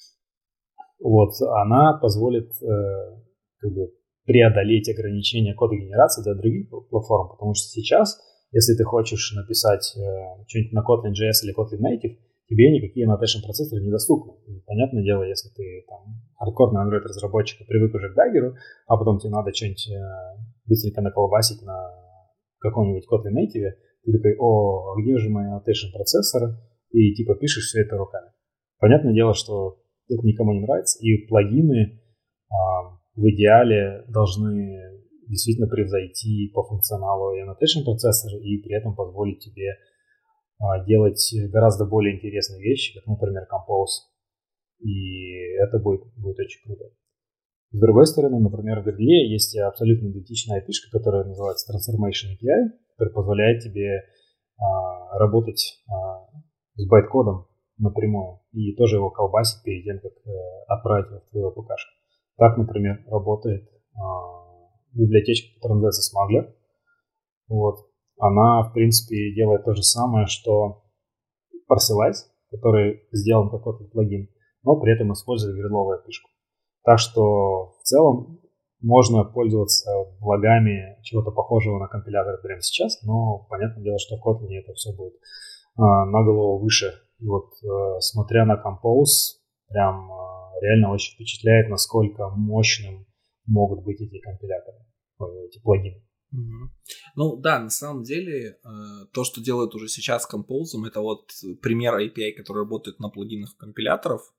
Вот, она позволит как бы преодолеть ограничения кодогенерации для других платформ, потому что сейчас, если ты хочешь написать что-нибудь на Kotlin.js или Kotlin Native, тебе никакие annotation процессоры недоступны. И, понятное дело, если ты там хардкорный Android-разработчик и привык уже к Dagger, а потом тебе надо что-нибудь быстренько наколбасить на каком-нибудь Kotlin Native, ты такой, а где же мои annotation процессоры? И типа пишешь все это руками. Понятное дело, что это никому не нравится, и плагины в идеале должны действительно превзойти по функционалу и annotation процессор, и при этом позволить тебе делать гораздо более интересные вещи, как, например, Compose. И это будет очень круто. С другой стороны, например, в Gradle есть абсолютно идентичная API, которая называется Transformation API, которая позволяет тебе работать с байткодом напрямую и тоже его колбасить перед тем, как отправить его в твою АПК-шку. Так, например, работает библиотечка, которая называется Smuggler. Вот. Она, в принципе, делает то же самое, что Parcelize, который сделан как вот плагин, но при этом использует гридловую API-шку. Так что в целом можно пользоваться благами чего-то похожего на компилятор прямо сейчас, но понятное дело, что в Kotlin это все будет на голову выше. И вот смотря на Compose, прям реально очень впечатляет, насколько мощным могут быть эти компиляторы, эти плагины. Ну да, на самом деле то, что делают уже сейчас с Compose, это вот пример API, который работает на плагинах компиляторов.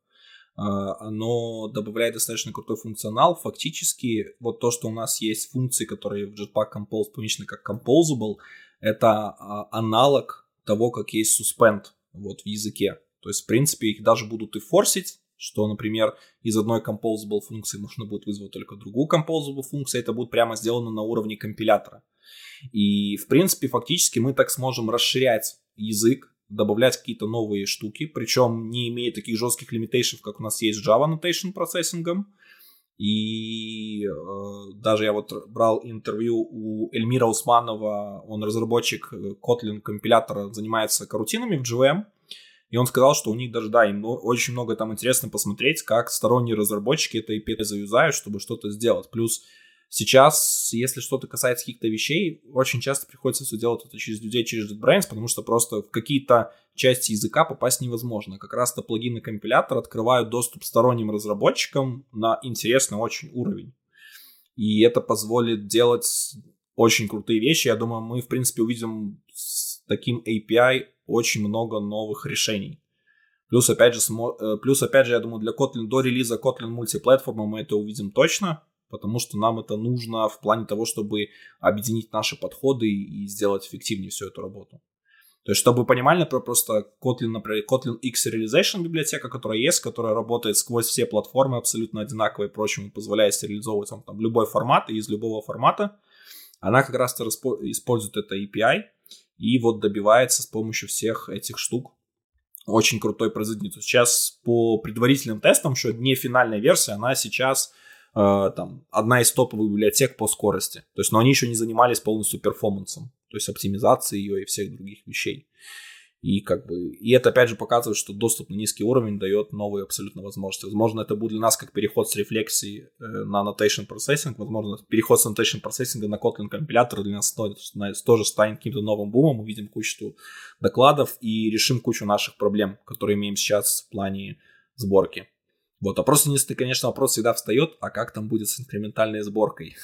Оно добавляет достаточно крутой функционал. Фактически, вот то, что у нас есть функции, которые в Jetpack Compose помечены как Composable, это аналог того, как есть suspend вот в языке. То есть, в принципе, их даже будут и форсить, что, например, из одной Composable функции можно будет вызвать только другую Composable функцию. Это будет прямо сделано на уровне компилятора. И, в принципе, фактически мы так сможем расширять язык, добавлять какие-то новые штуки, причем не имея таких жестких лимитейшн, как у нас есть с Java Annotation процессингом. И даже я вот брал интервью у Эльмира Усманова, он разработчик Kotlin компилятора, занимается карутинами в JVM, и он сказал, что у них даже, да, им очень много там интересно посмотреть, как сторонние разработчики это API заюзают, чтобы что-то сделать. Плюс сейчас, если что-то касается каких-то вещей, очень часто приходится все делать это через людей, через JetBrains, потому что просто в какие-то части языка попасть невозможно. Как раз-то плагины компилятора открывают доступ сторонним разработчикам на интересный очень уровень. И это позволит делать очень крутые вещи. Я думаю, мы, в принципе, увидим с таким API очень много новых решений. Плюс, опять же, я думаю, для Kotlin, до релиза Kotlin мультиплатформа мы это увидим точно, потому что нам это нужно в плане того, чтобы объединить наши подходы и сделать эффективнее всю эту работу. То есть, чтобы вы понимали, например, просто Kotlin, например, Kotlin X Serialization библиотека, которая есть, которая работает сквозь все платформы абсолютно одинаково и прочему, позволяет стерилизовывать там любой формат и из любого формата, она как раз-то использует это API и вот добивается с помощью всех этих штук очень крутой производительности. Сейчас по предварительным тестам, что не финальная версия, она сейчас там одна из топовых библиотек по скорости. То есть, но они еще не занимались полностью перформансом, то есть оптимизацией ее и всех других вещей. И и это опять же показывает, что доступ на низкий уровень дает новые абсолютно возможности. Возможно, это будет для нас как переход с рефлексии на annotation processing. Возможно, переход с annotation processing на Kotlin компилятор для нас тоже станет каким-то новым бумом. Мы видим кучу докладов и решим кучу наших проблем, которые имеем сейчас в плане сборки. Вот, а просто единственный, конечно, вопрос всегда встает, а как там будет с инкрементальной сборкой?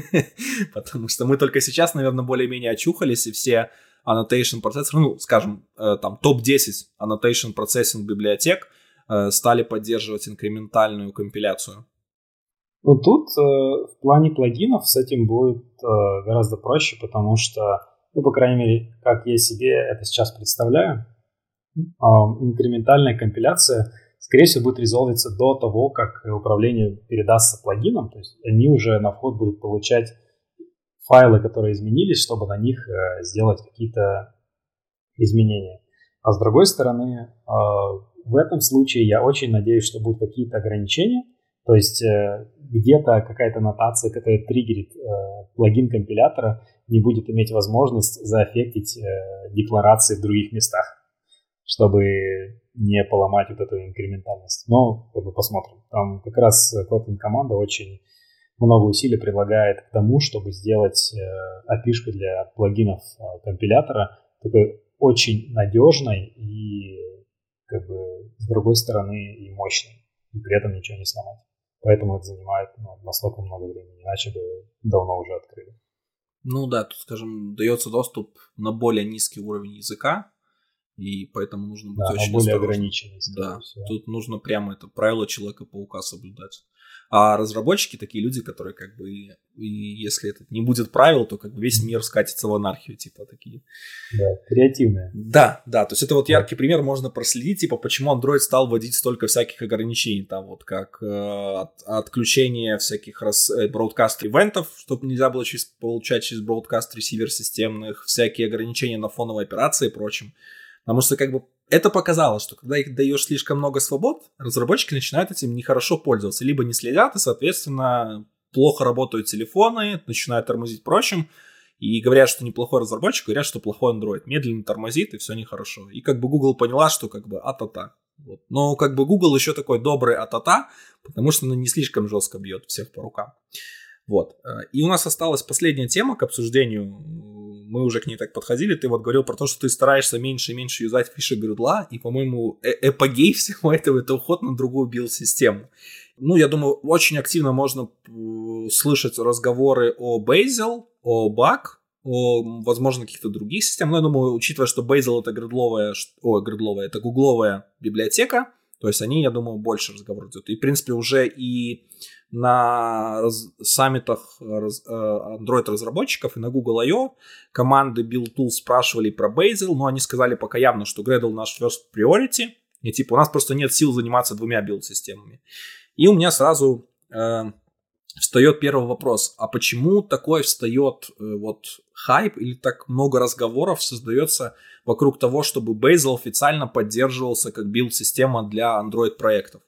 Потому что мы только сейчас, наверное, более-менее очухались, и все annotation процессоры, ну, скажем, там топ-10 annotation processing библиотек стали поддерживать инкрементальную компиляцию. Ну, тут в плане плагинов с этим будет гораздо проще, потому что, ну, по крайней мере, как я себе это сейчас представляю, инкрементальная компиляция скорее всего, будет резолвиться до того, как управление передастся плагинам. То есть они уже на вход будут получать файлы, которые изменились, чтобы на них сделать какие-то изменения. А с другой стороны, в этом случае я очень надеюсь, что будут какие-то ограничения. То есть где-то какая-то нотация, которая триггерит плагин компилятора, не будет иметь возможность заэффектить декларации в других местах, чтобы не поломать вот эту инкрементальность. Но посмотрим. Там как раз Kotlin команда очень много усилий прилагает к тому, чтобы сделать API-шку для плагинов компилятора такой очень надежной и с другой стороны и мощной, и при этом ничего не сломать. Поэтому это занимает настолько много времени, иначе бы давно уже открыли. Ну да, тут, скажем, дается доступ на более низкий уровень языка, и поэтому нужно быть очень более осторожным. ограниченный. Да, тут нужно прямо это правило Человека-паука соблюдать. А разработчики такие люди, которые как бы, и если это не будет правил, то как бы весь мир скатится в анархию, типа такие. Да, креативные. Да, то есть это вот яркий пример, можно проследить, типа почему Android стал вводить столько всяких ограничений, там вот как отключение всяких бродкаст-ивентов, чтобы нельзя было получать через бродкаст-ресивер системных, всякие ограничения на фоновые операции и прочим. Потому что как бы это показало, что когда их даешь слишком много свобод, разработчики начинают этим нехорошо пользоваться, либо не следят, и, соответственно, плохо работают телефоны, начинают тормозить прочим, и говорят, что неплохой разработчик, говорят, что плохой Android, медленно тормозит, и все нехорошо. И как бы Google поняла, что как бы а-та-та. Вот. Но как бы Google еще такой добрый а-та-та, потому что она не слишком жестко бьет всех по рукам. Вот. И у нас осталась последняя тема к обсуждению. Мы уже к ней так подходили. Ты вот говорил про то, что ты стараешься меньше и меньше юзать фиши Gradle, и, по-моему, эпогей всего этого — это уход на другую билд-систему. Ну, я думаю, очень активно можно слышать разговоры о Bazel, о Bug, о, возможно, каких-то других системах. Но я думаю, учитывая, что Bazel — это это гугловая библиотека, то есть они, я думаю, больше разговор идет. И, в принципе, уже и на саммитах Android-разработчиков и на Google I.O. команды Build Tools спрашивали про Bazel, но они сказали пока явно, что Gradle наш first priority, и типа у нас просто нет сил заниматься двумя билд-системами. И у меня сразу встает первый вопрос, а почему такой встает вот хайп или так много разговоров создается вокруг того, чтобы Bazel официально поддерживался как билд-система для Android-проектов?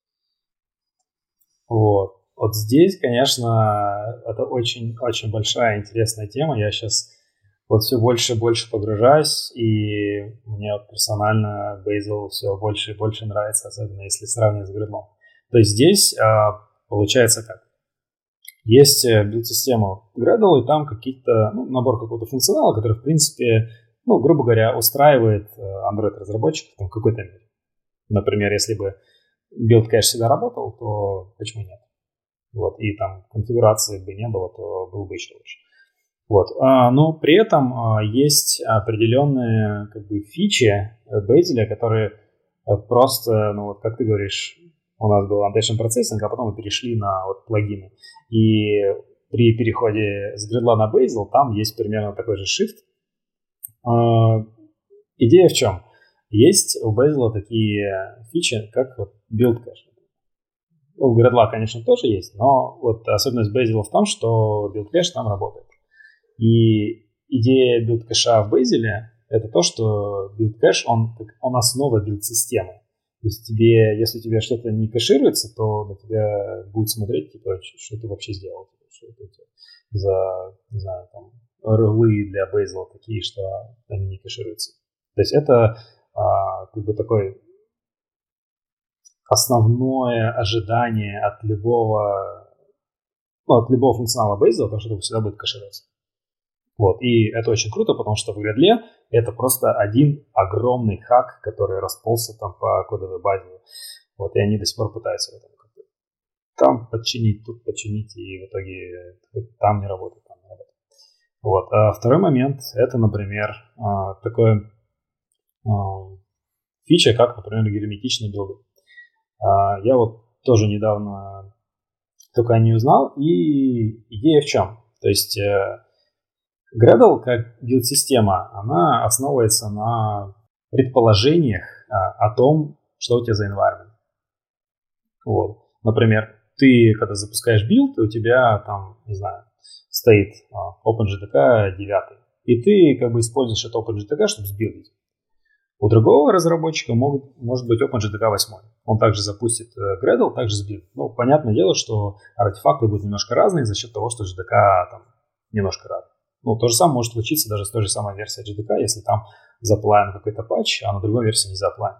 Вот здесь, конечно, это очень-очень большая интересная тема. Я сейчас вот все больше и больше погружаюсь, и мне вот персонально Bazel все больше и больше нравится, особенно если сравнивать с Gradle. То есть здесь получается как? Есть билд-система Gradle, и там набор какого-то функционала, который, в принципе, грубо говоря, устраивает Android-разработчиков в какой-то мере. Например, если бы билд-кэш всегда работал, то почему нет? Вот, и там конфигурации бы не было, то было бы еще лучше. Вот, но при этом есть определенные фичи Bazel, которые просто, как ты говоришь, у нас был annotation процессинг, а потом мы перешли на плагины. И при переходе с Gradle на Bazel там есть примерно такой же shift. Идея в чем? Есть у Bazel такие фичи, как build cache. У Gradle, конечно, тоже есть, но особенность Bazel в том, что build cache там работает. И идея build cache в Bazel — это то, что build cache, он основа build-системы. То есть если у тебя что-то не кэшируется, то на тебя будет смотреть, что ты вообще сделал, что это за, не знаю, там, рулы для Bazel такие, что они не кэшируются. То есть это такое основное ожидание от любого функционала Bazel, то, что всегда будет кэшироваться. Вот. И это очень круто, потому что в Gradle это просто один огромный хак, который расползся там по кодовой базе. Вот. И они до сих пор пытаются в этом как-то там подчинить, тут подчинить, и в итоге там не работает, там не работает. Вот. А второй момент — это, например, такой фича, как, например, герметичные билды. Я тоже недавно только о ней узнал, и идея в чем? То есть Gradle как билд-система, она основывается на предположениях о том, что у тебя за environment. Вот. Например, ты, когда запускаешь билд, у тебя там, не знаю, стоит OpenJDK 9, и ты используешь это OpenJDK, чтобы сбилдить. У другого разработчика может быть OpenJDK 8. Он также запустит Gradle, также сбилдит. Понятное дело, что артефакты будут немножко разные за счет того, что JDK там немножко разный. То же самое может случиться даже с той же самой версией JDK, если там заплавен какой-то патч, а на другой версии не заплавен.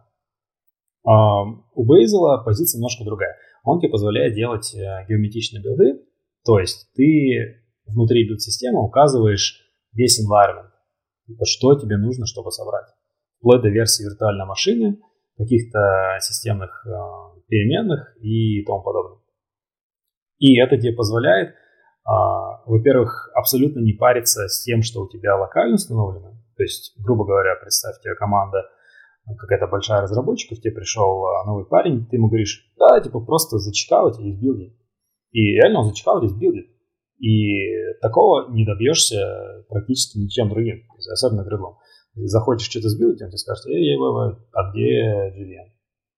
У Bazel позиция немножко другая. Он тебе позволяет делать герметичные билды, то есть ты внутри билд-системы указываешь весь environment, что тебе нужно, чтобы собрать. Вплоть до версии виртуальной машины, каких-то системных переменных и тому подобное. И это тебе позволяет, во-первых, абсолютно не париться с тем, что у тебя локально установлено. То есть, грубо говоря, представь, у тебя команда какая-то большая разработчиков, тебе пришел новый парень, ты ему говоришь, да, просто зачекавать и сбилдить. И реально он зачекал, здесь билдит. И такого не добьешься практически ничем другим, особенно гредлом. Захочешь что-то сбилдить, он тебе скажет, а где JVM?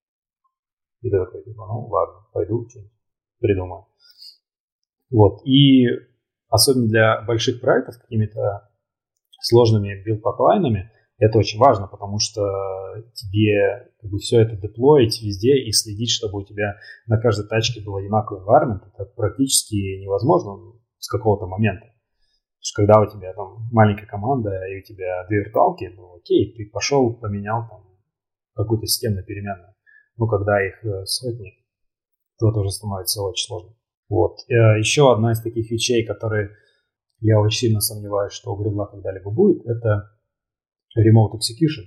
И ты такой, типа, ну ладно, пойду что-нибудь придумаю. Вот. И особенно для больших проектов какими-то сложными билд-пайплайнами это очень важно, потому что тебе как бы все это деплоить везде и следить, чтобы у тебя на каждой тачке был одинаковый environment, это практически невозможно с какого-то момента. Потому что когда у тебя там маленькая команда и у тебя 2 виртуалки, ну окей, ты пошел, поменял там какую-то системную переменную. Но когда их сотни, то это уже становится очень сложно. Вот. Еще одна из таких вещей, которые я очень сильно сомневаюсь, что у Gridlock когда-либо будет, это remote execution.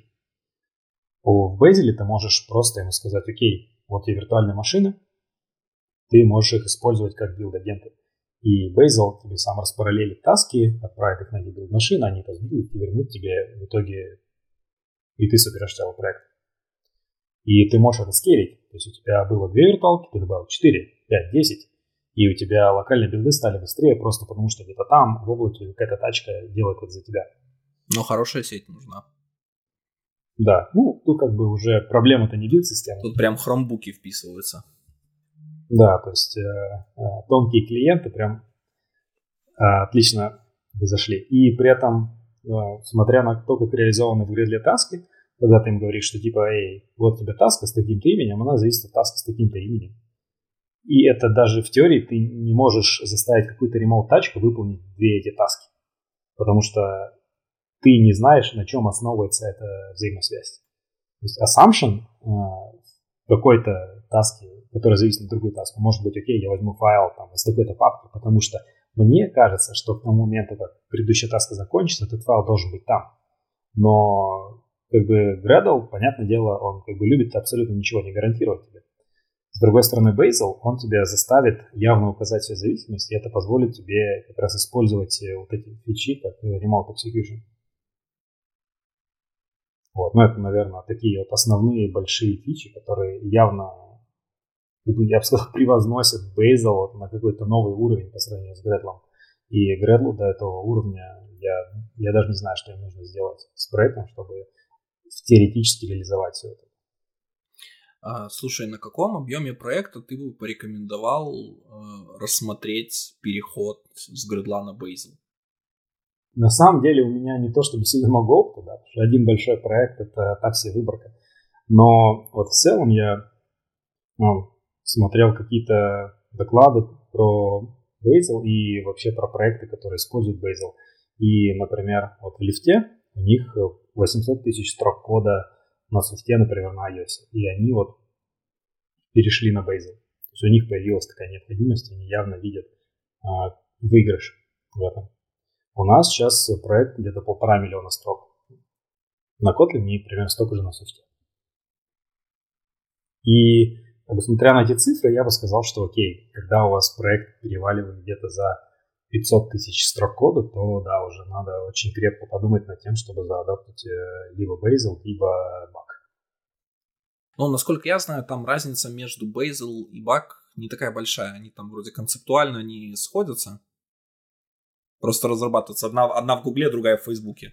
В Bazel ты можешь просто ему сказать, окей, вот тебе виртуальные машины, ты можешь их использовать как билд-агенты. И Bazel тебе сам распараллелит таски, отправит их на эти билд-машины, они это сбилдят и вернут тебе в итоге, и ты соберешь целый проект. И ты можешь это скейлить. То есть у тебя было 2 виртуалки, ты добавил 4, 5, 10. И у тебя локальные билды стали быстрее, просто потому что где-то там в облаке какая-то тачка делает это за тебя. Но хорошая сеть нужна. Да, ну тут как бы уже проблема-то не билд-система. Тут прям хромбуки вписываются. Да, то есть тонкие клиенты прям отлично зашли. И при этом, смотря на то, как реализованы в Gridle таски, когда ты им говоришь, что типа, эй, вот у тебя таска с таким-то именем, она зависит от таски с таким-то именем. И это даже в теории ты не можешь заставить какую-то ремоут-тачку выполнить 2 эти таски. Потому что ты не знаешь, на чем основывается эта взаимосвязь. То есть assumption какой-то таски, которая зависит от другой таски, может быть, окей, я возьму файл там, из такой-то папки, потому что мне кажется, что к тому моменту, как предыдущая таска закончится, этот файл должен быть там. Но как бы Gradle, понятное дело, он как бы любит абсолютно ничего не гарантировать тебе. С другой стороны, Bazel, он тебя заставит явно указать свою зависимость, и это позволит тебе как раз использовать вот эти фичи, как Remote Execution. Вот. Ну, это, наверное, такие вот основные большие фичи, которые явно, я бы сказал, превозносят Bazel вот на какой-то новый уровень по сравнению с Gradle. И Gradle до этого уровня, я даже не знаю, что им нужно сделать с проектом, чтобы теоретически реализовать все это. Слушай, на каком объеме проекта ты бы порекомендовал рассмотреть переход с Gridle на Bazel? На самом деле у меня не то чтобы сильно много опыта, да, потому что один большой проект — это так себе выборка. Но вот в целом я смотрел какие-то доклады про Bazel и вообще про проекты, которые используют Bazel. И, например, вот в лифте у них 800 тысяч строк кода на софте, например, на iOS. И они вот перешли на Bazel. То есть у них появилась такая необходимость, они явно видят выигрыш в этом. У нас сейчас проект где-то 1,5 миллиона строк. На Kotlin и примерно столько же на софте. И смотря на эти цифры, я бы сказал, что окей, когда у вас проект переваливает где-то за 500 тысяч строк кода, то да, уже надо очень крепко подумать над тем, чтобы заадаптить либо Bazel, либо Bug. Ну, насколько я знаю, там разница между Bazel и Bug не такая большая. Они там вроде концептуально не сходятся. Просто разрабатываются. Одна в Гугле, другая в Фейсбуке.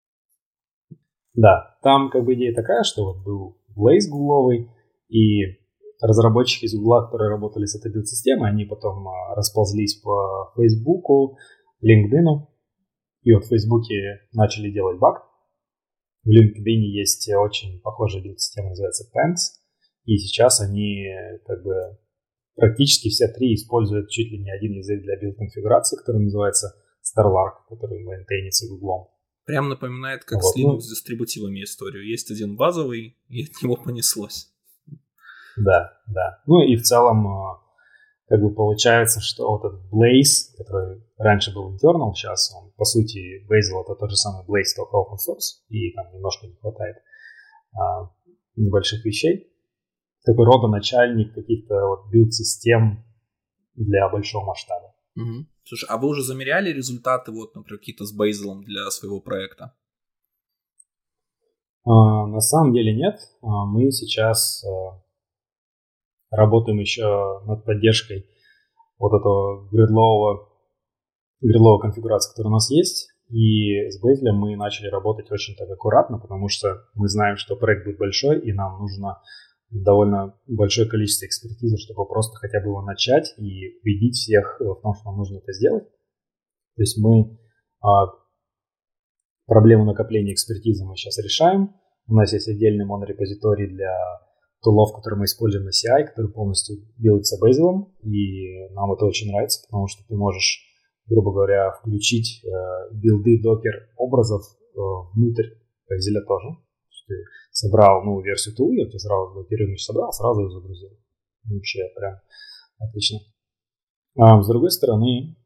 Да, там как бы идея такая, что вот был Blaze гугловый, и разработчики из Гугла, которые работали с этой билд-системой, они потом расползлись по Фейсбуку, LinkedIn, и вот в Фейсбуке начали делать баг. В LinkedIn есть очень похожая билд-система, называется Pants, и сейчас они как бы практически все три используют чуть ли не один язык для билд-конфигурации, который называется Starlark, который мейнтейнится Гуглом. Прям напоминает, как с Linux дистрибутивами историю. Есть один базовый, и от него понеслось. Да, да. Ну и в целом как бы получается, что вот этот Blaze, который раньше был internal, сейчас он, по сути, Bazel — это тот же самый Blaze, только open source, и там немножко не хватает небольших вещей. Такой родоначальник каких-то вот билд-систем для большого масштаба. Угу. Слушай, а вы уже замеряли результаты, вот, например, какие-то с Bazel для своего проекта? На самом деле нет. Мы сейчас работаем еще над поддержкой вот этого гридловой конфигурации, которая у нас есть. И с Bazel мы начали работать очень так аккуратно, потому что мы знаем, что проект будет большой, и нам нужно довольно большое количество экспертизы, чтобы просто хотя бы его начать и убедить всех в том, что нам нужно это сделать. То есть мы проблему накопления экспертизы мы сейчас решаем. У нас есть отдельный монорепозиторий для тулов, которые мы используем на CI, который полностью билдится Bazel, и нам это очень нравится, потому что ты можешь, грубо говоря, включить билды докер образов внутрь Bazel тоже. Ты собрал новую версию тулы, я тебе сразу докер image собрал, сразу ее загрузил. Вообще прям отлично. С другой стороны,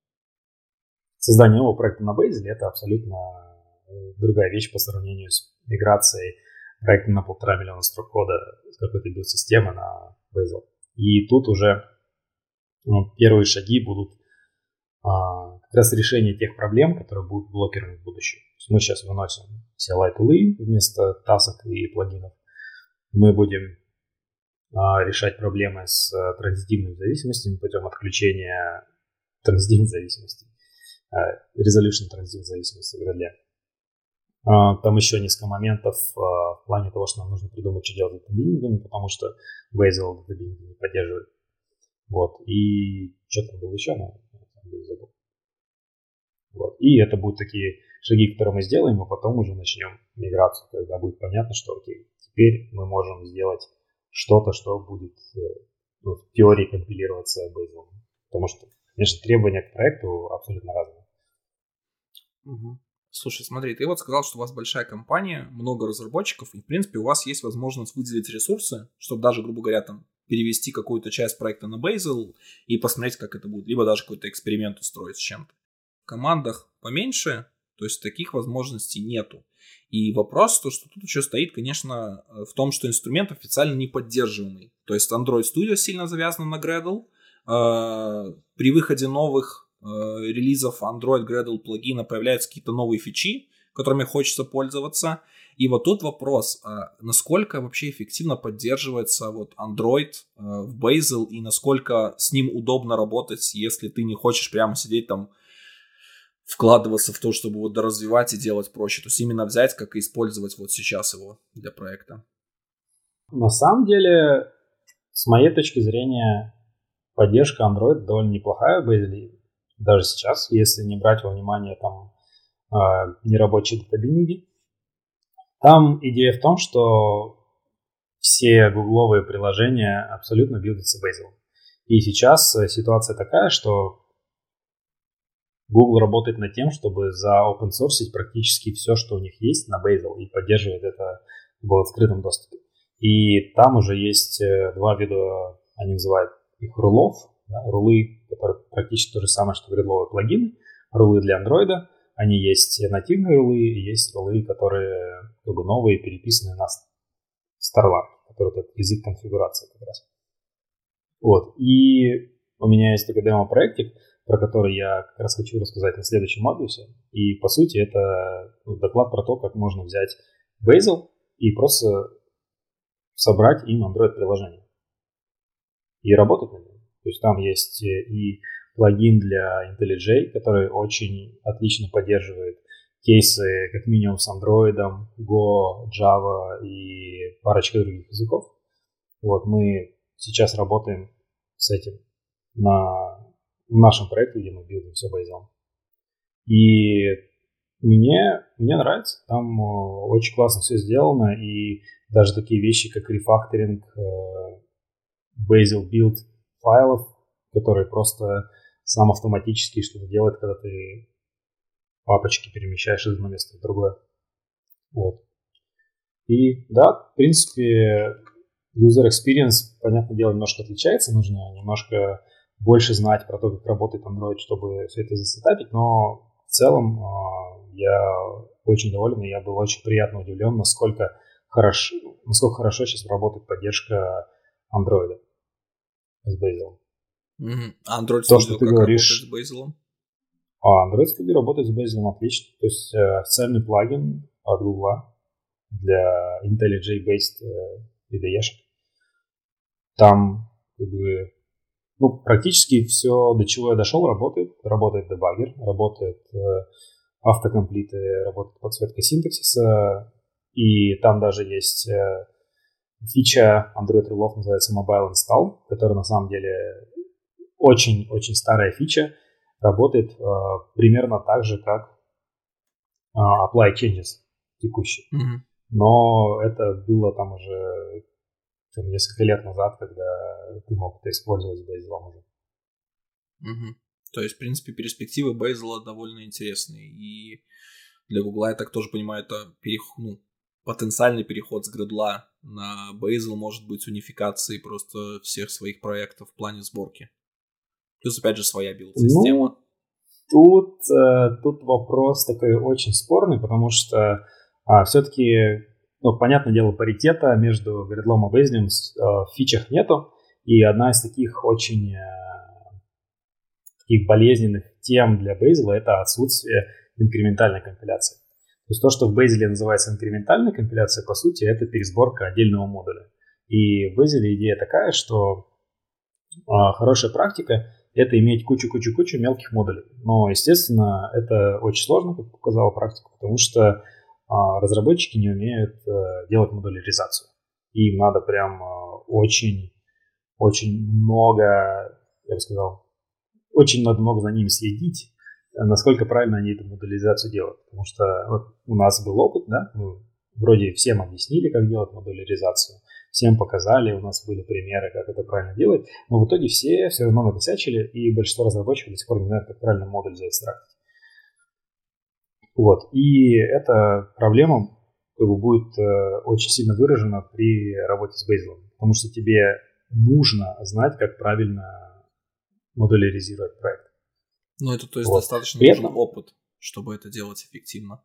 создание нового проекта на Bazel — это абсолютно другая вещь по сравнению с миграцией проекта на 1,5 миллиона строк кода с какой-то билд-системы на Bazel. И тут уже первые шаги будут как раз решение тех проблем, которые будут блокерами в будущем. Мы сейчас выносим CLI-тулы вместо тасок и плагинов. Мы будем решать проблемы с транзитивными зависимостями путем отключения транзитивных зависимостей, resolution транзитивных зависимостей в Gradle. Там еще несколько моментов в плане того, что нам нужно придумать, что делать с датабиндингами, потому что Bazel датабиндинги не поддерживает. Вот. И что там было еще, но я забыл. Вот. И это будут такие шаги, которые мы сделаем, а потом уже начнем миграцию, когда будет понятно, что окей, теперь мы можем сделать что-то, что будет в теории компилироваться Bazel. Потому что, конечно, требования к проекту абсолютно разные. Угу. Слушай, смотри, ты вот сказал, что у вас большая компания, много разработчиков, и, в принципе, у вас есть возможность выделить ресурсы, чтобы даже, грубо говоря, там, перевести какую-то часть проекта на Bazel и посмотреть, как это будет, либо даже какой-то эксперимент устроить с чем-то. В командах поменьше, то есть таких возможностей нету. И вопрос, то, что тут еще стоит, конечно, в том, что инструмент официально не поддерживаемый. То есть Android Studio сильно завязан на Gradle. При выходе новых релизов Android Gradle плагина появляются какие-то новые фичи, которыми хочется пользоваться. И вот тут вопрос, насколько вообще эффективно поддерживается вот Android в Bazel и насколько с ним удобно работать, если ты не хочешь прямо сидеть там, вкладываться в то, чтобы вот доразвивать и делать проще. То есть именно взять, как и использовать вот сейчас его для проекта. На самом деле, с моей точки зрения, поддержка Android довольно неплохая в Bazel. Даже сейчас, если не брать во внимание там нерабочие датабиндинги. Там идея в том, что все гугловые приложения абсолютно билдятся Bazel. И сейчас ситуация такая, что Google работает над тем, чтобы заопенсорсить практически все, что у них есть на Bazel, и поддерживает это в открытом доступе. И там уже есть два вида, они называют их рулов, да, рулы, которые практически то же самое, что гридловые плагины, рулы для Android. Они есть нативные рулы, и есть рулы, которые как бы новые, переписанные на Starlar, который этот язык конфигурации как раз. Вот. И у меня есть такой демо-проектик, про который я как раз хочу рассказать на следующем модуле. И, по сути, это доклад про то, как можно взять Bazel и просто собрать им Android-приложение и работать над ним. То есть там есть и плагин для IntelliJ, который очень отлично поддерживает кейсы как минимум с Android, Go, Java и парочка других языков. Вот мы сейчас работаем с этим в нашем проекте, где мы билдим все Bazel. И мне нравится, там очень классно все сделано, и даже такие вещи, как рефакторинг Bazel build файлов, которые просто сам автоматически что-то делает, когда ты папочки перемещаешь из одного места в другое. Вот. И да, в принципе, user experience, понятное дело, немножко отличается, нужно немножко больше знать про то, как работает Android, чтобы все это засетапить, но в целом я очень доволен, и я был очень приятно удивлен, насколько хорошо сейчас работает поддержка Android с Bazel. Android То, Studio что ты как говоришь, работает с Bazel? Android Studio работает с Bazel отлично, то есть официальный плагин от Google для IntelliJ-based IDE-шек. Там как бы практически все, до чего я дошел, работает. Работает дебаггер, работает автокомплиты, работает подсветка синтаксиса, и там даже есть фича Android рулов, называется Mobile Install, которая на самом деле очень-очень старая фича, работает примерно так же, как Apply Changes текущий. Mm-hmm. Но это было там уже несколько лет назад, когда ты мог это использовать с Bazel уже. Mm-hmm. То есть, в принципе, перспективы Bazel довольно интересные. И для Google, я так тоже понимаю, это потенциальный переход с Gradle на Bazel может быть унификацией просто всех своих проектов в плане сборки. Плюс, опять же, своя билд-система. Тут вопрос такой очень спорный, потому что все-таки, понятное дело, паритета между Gradle и Bazel в фичах нету. И одна из таких очень таких болезненных тем для Bazel это отсутствие инкрементальной компиляции. То есть то, что в Bazel называется инкрементальной компиляцией, по сути, это пересборка отдельного модуля. И в Bazel идея такая, что хорошая практика – это иметь кучу-кучу-кучу мелких модулей. Но, естественно, это очень сложно, как показала практика, потому что разработчики не умеют делать модуляризацию. Им надо прям очень много, я бы сказал, очень надо много за ними следить, насколько правильно они эту модуляризацию делают. Потому что вот у нас был опыт, да, мы вроде всем объяснили, как делать модуляризацию, всем показали, у нас были примеры, как это правильно делать, но в итоге все равно накосячили, и большинство разработчиков до сих пор не знают, как правильно модуль заэкстрактить. Вот, и эта проблема будет очень сильно выражена при работе с Bazel, потому что тебе нужно знать, как правильно модуляризировать проект. Это, то есть, достаточно нужен опыт, чтобы это делать эффективно.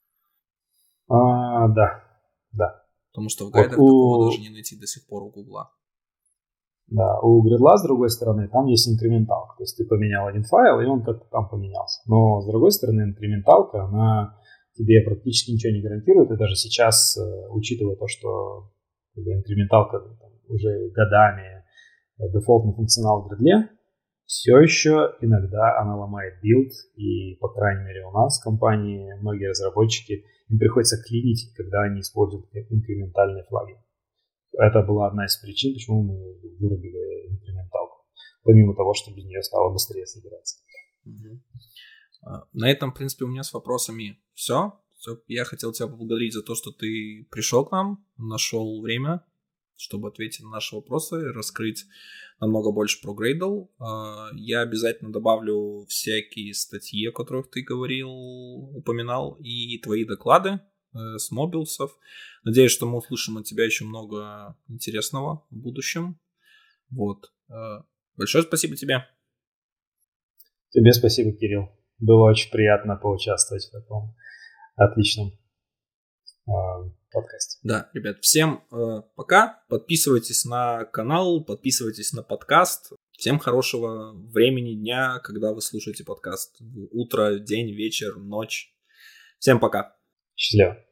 Да. Потому что в гайдах такого даже не найти до сих пор у Гугла. Да, у Gradle, с другой стороны, там есть инкременталка. То есть ты поменял один файл, и он как-то там поменялся. Но, с другой стороны, инкременталка, она тебе практически ничего не гарантирует. И даже сейчас, учитывая то, что инкременталка уже годами дефолтный функционал в Gradle, все еще иногда она ломает билд, и, по крайней мере, у нас в компании многие разработчики, им приходится клинить, когда они используют инкрементальные флаги. Это была одна из причин, почему мы вырубили инкременталку, помимо того, что без нее стало быстрее собираться. На этом, в принципе, у меня с вопросами все. Я хотел тебя поблагодарить за то, что ты пришел к нам, нашел время, чтобы ответить на наши вопросы, раскрыть намного больше про Gradle. Я обязательно добавлю всякие статьи, о которых ты говорил, упоминал, и твои доклады с мобилсов. Надеюсь, что мы услышим от тебя еще много интересного в будущем. Вот. Большое спасибо тебе. Тебе спасибо, Кирилл. Было очень приятно поучаствовать в таком отличном подкасте. Да, ребят, всем пока. Подписывайтесь на канал, подписывайтесь на подкаст. Всем хорошего времени дня, когда вы слушаете подкаст. Утро, день, вечер, ночь. Всем пока. Счастливо.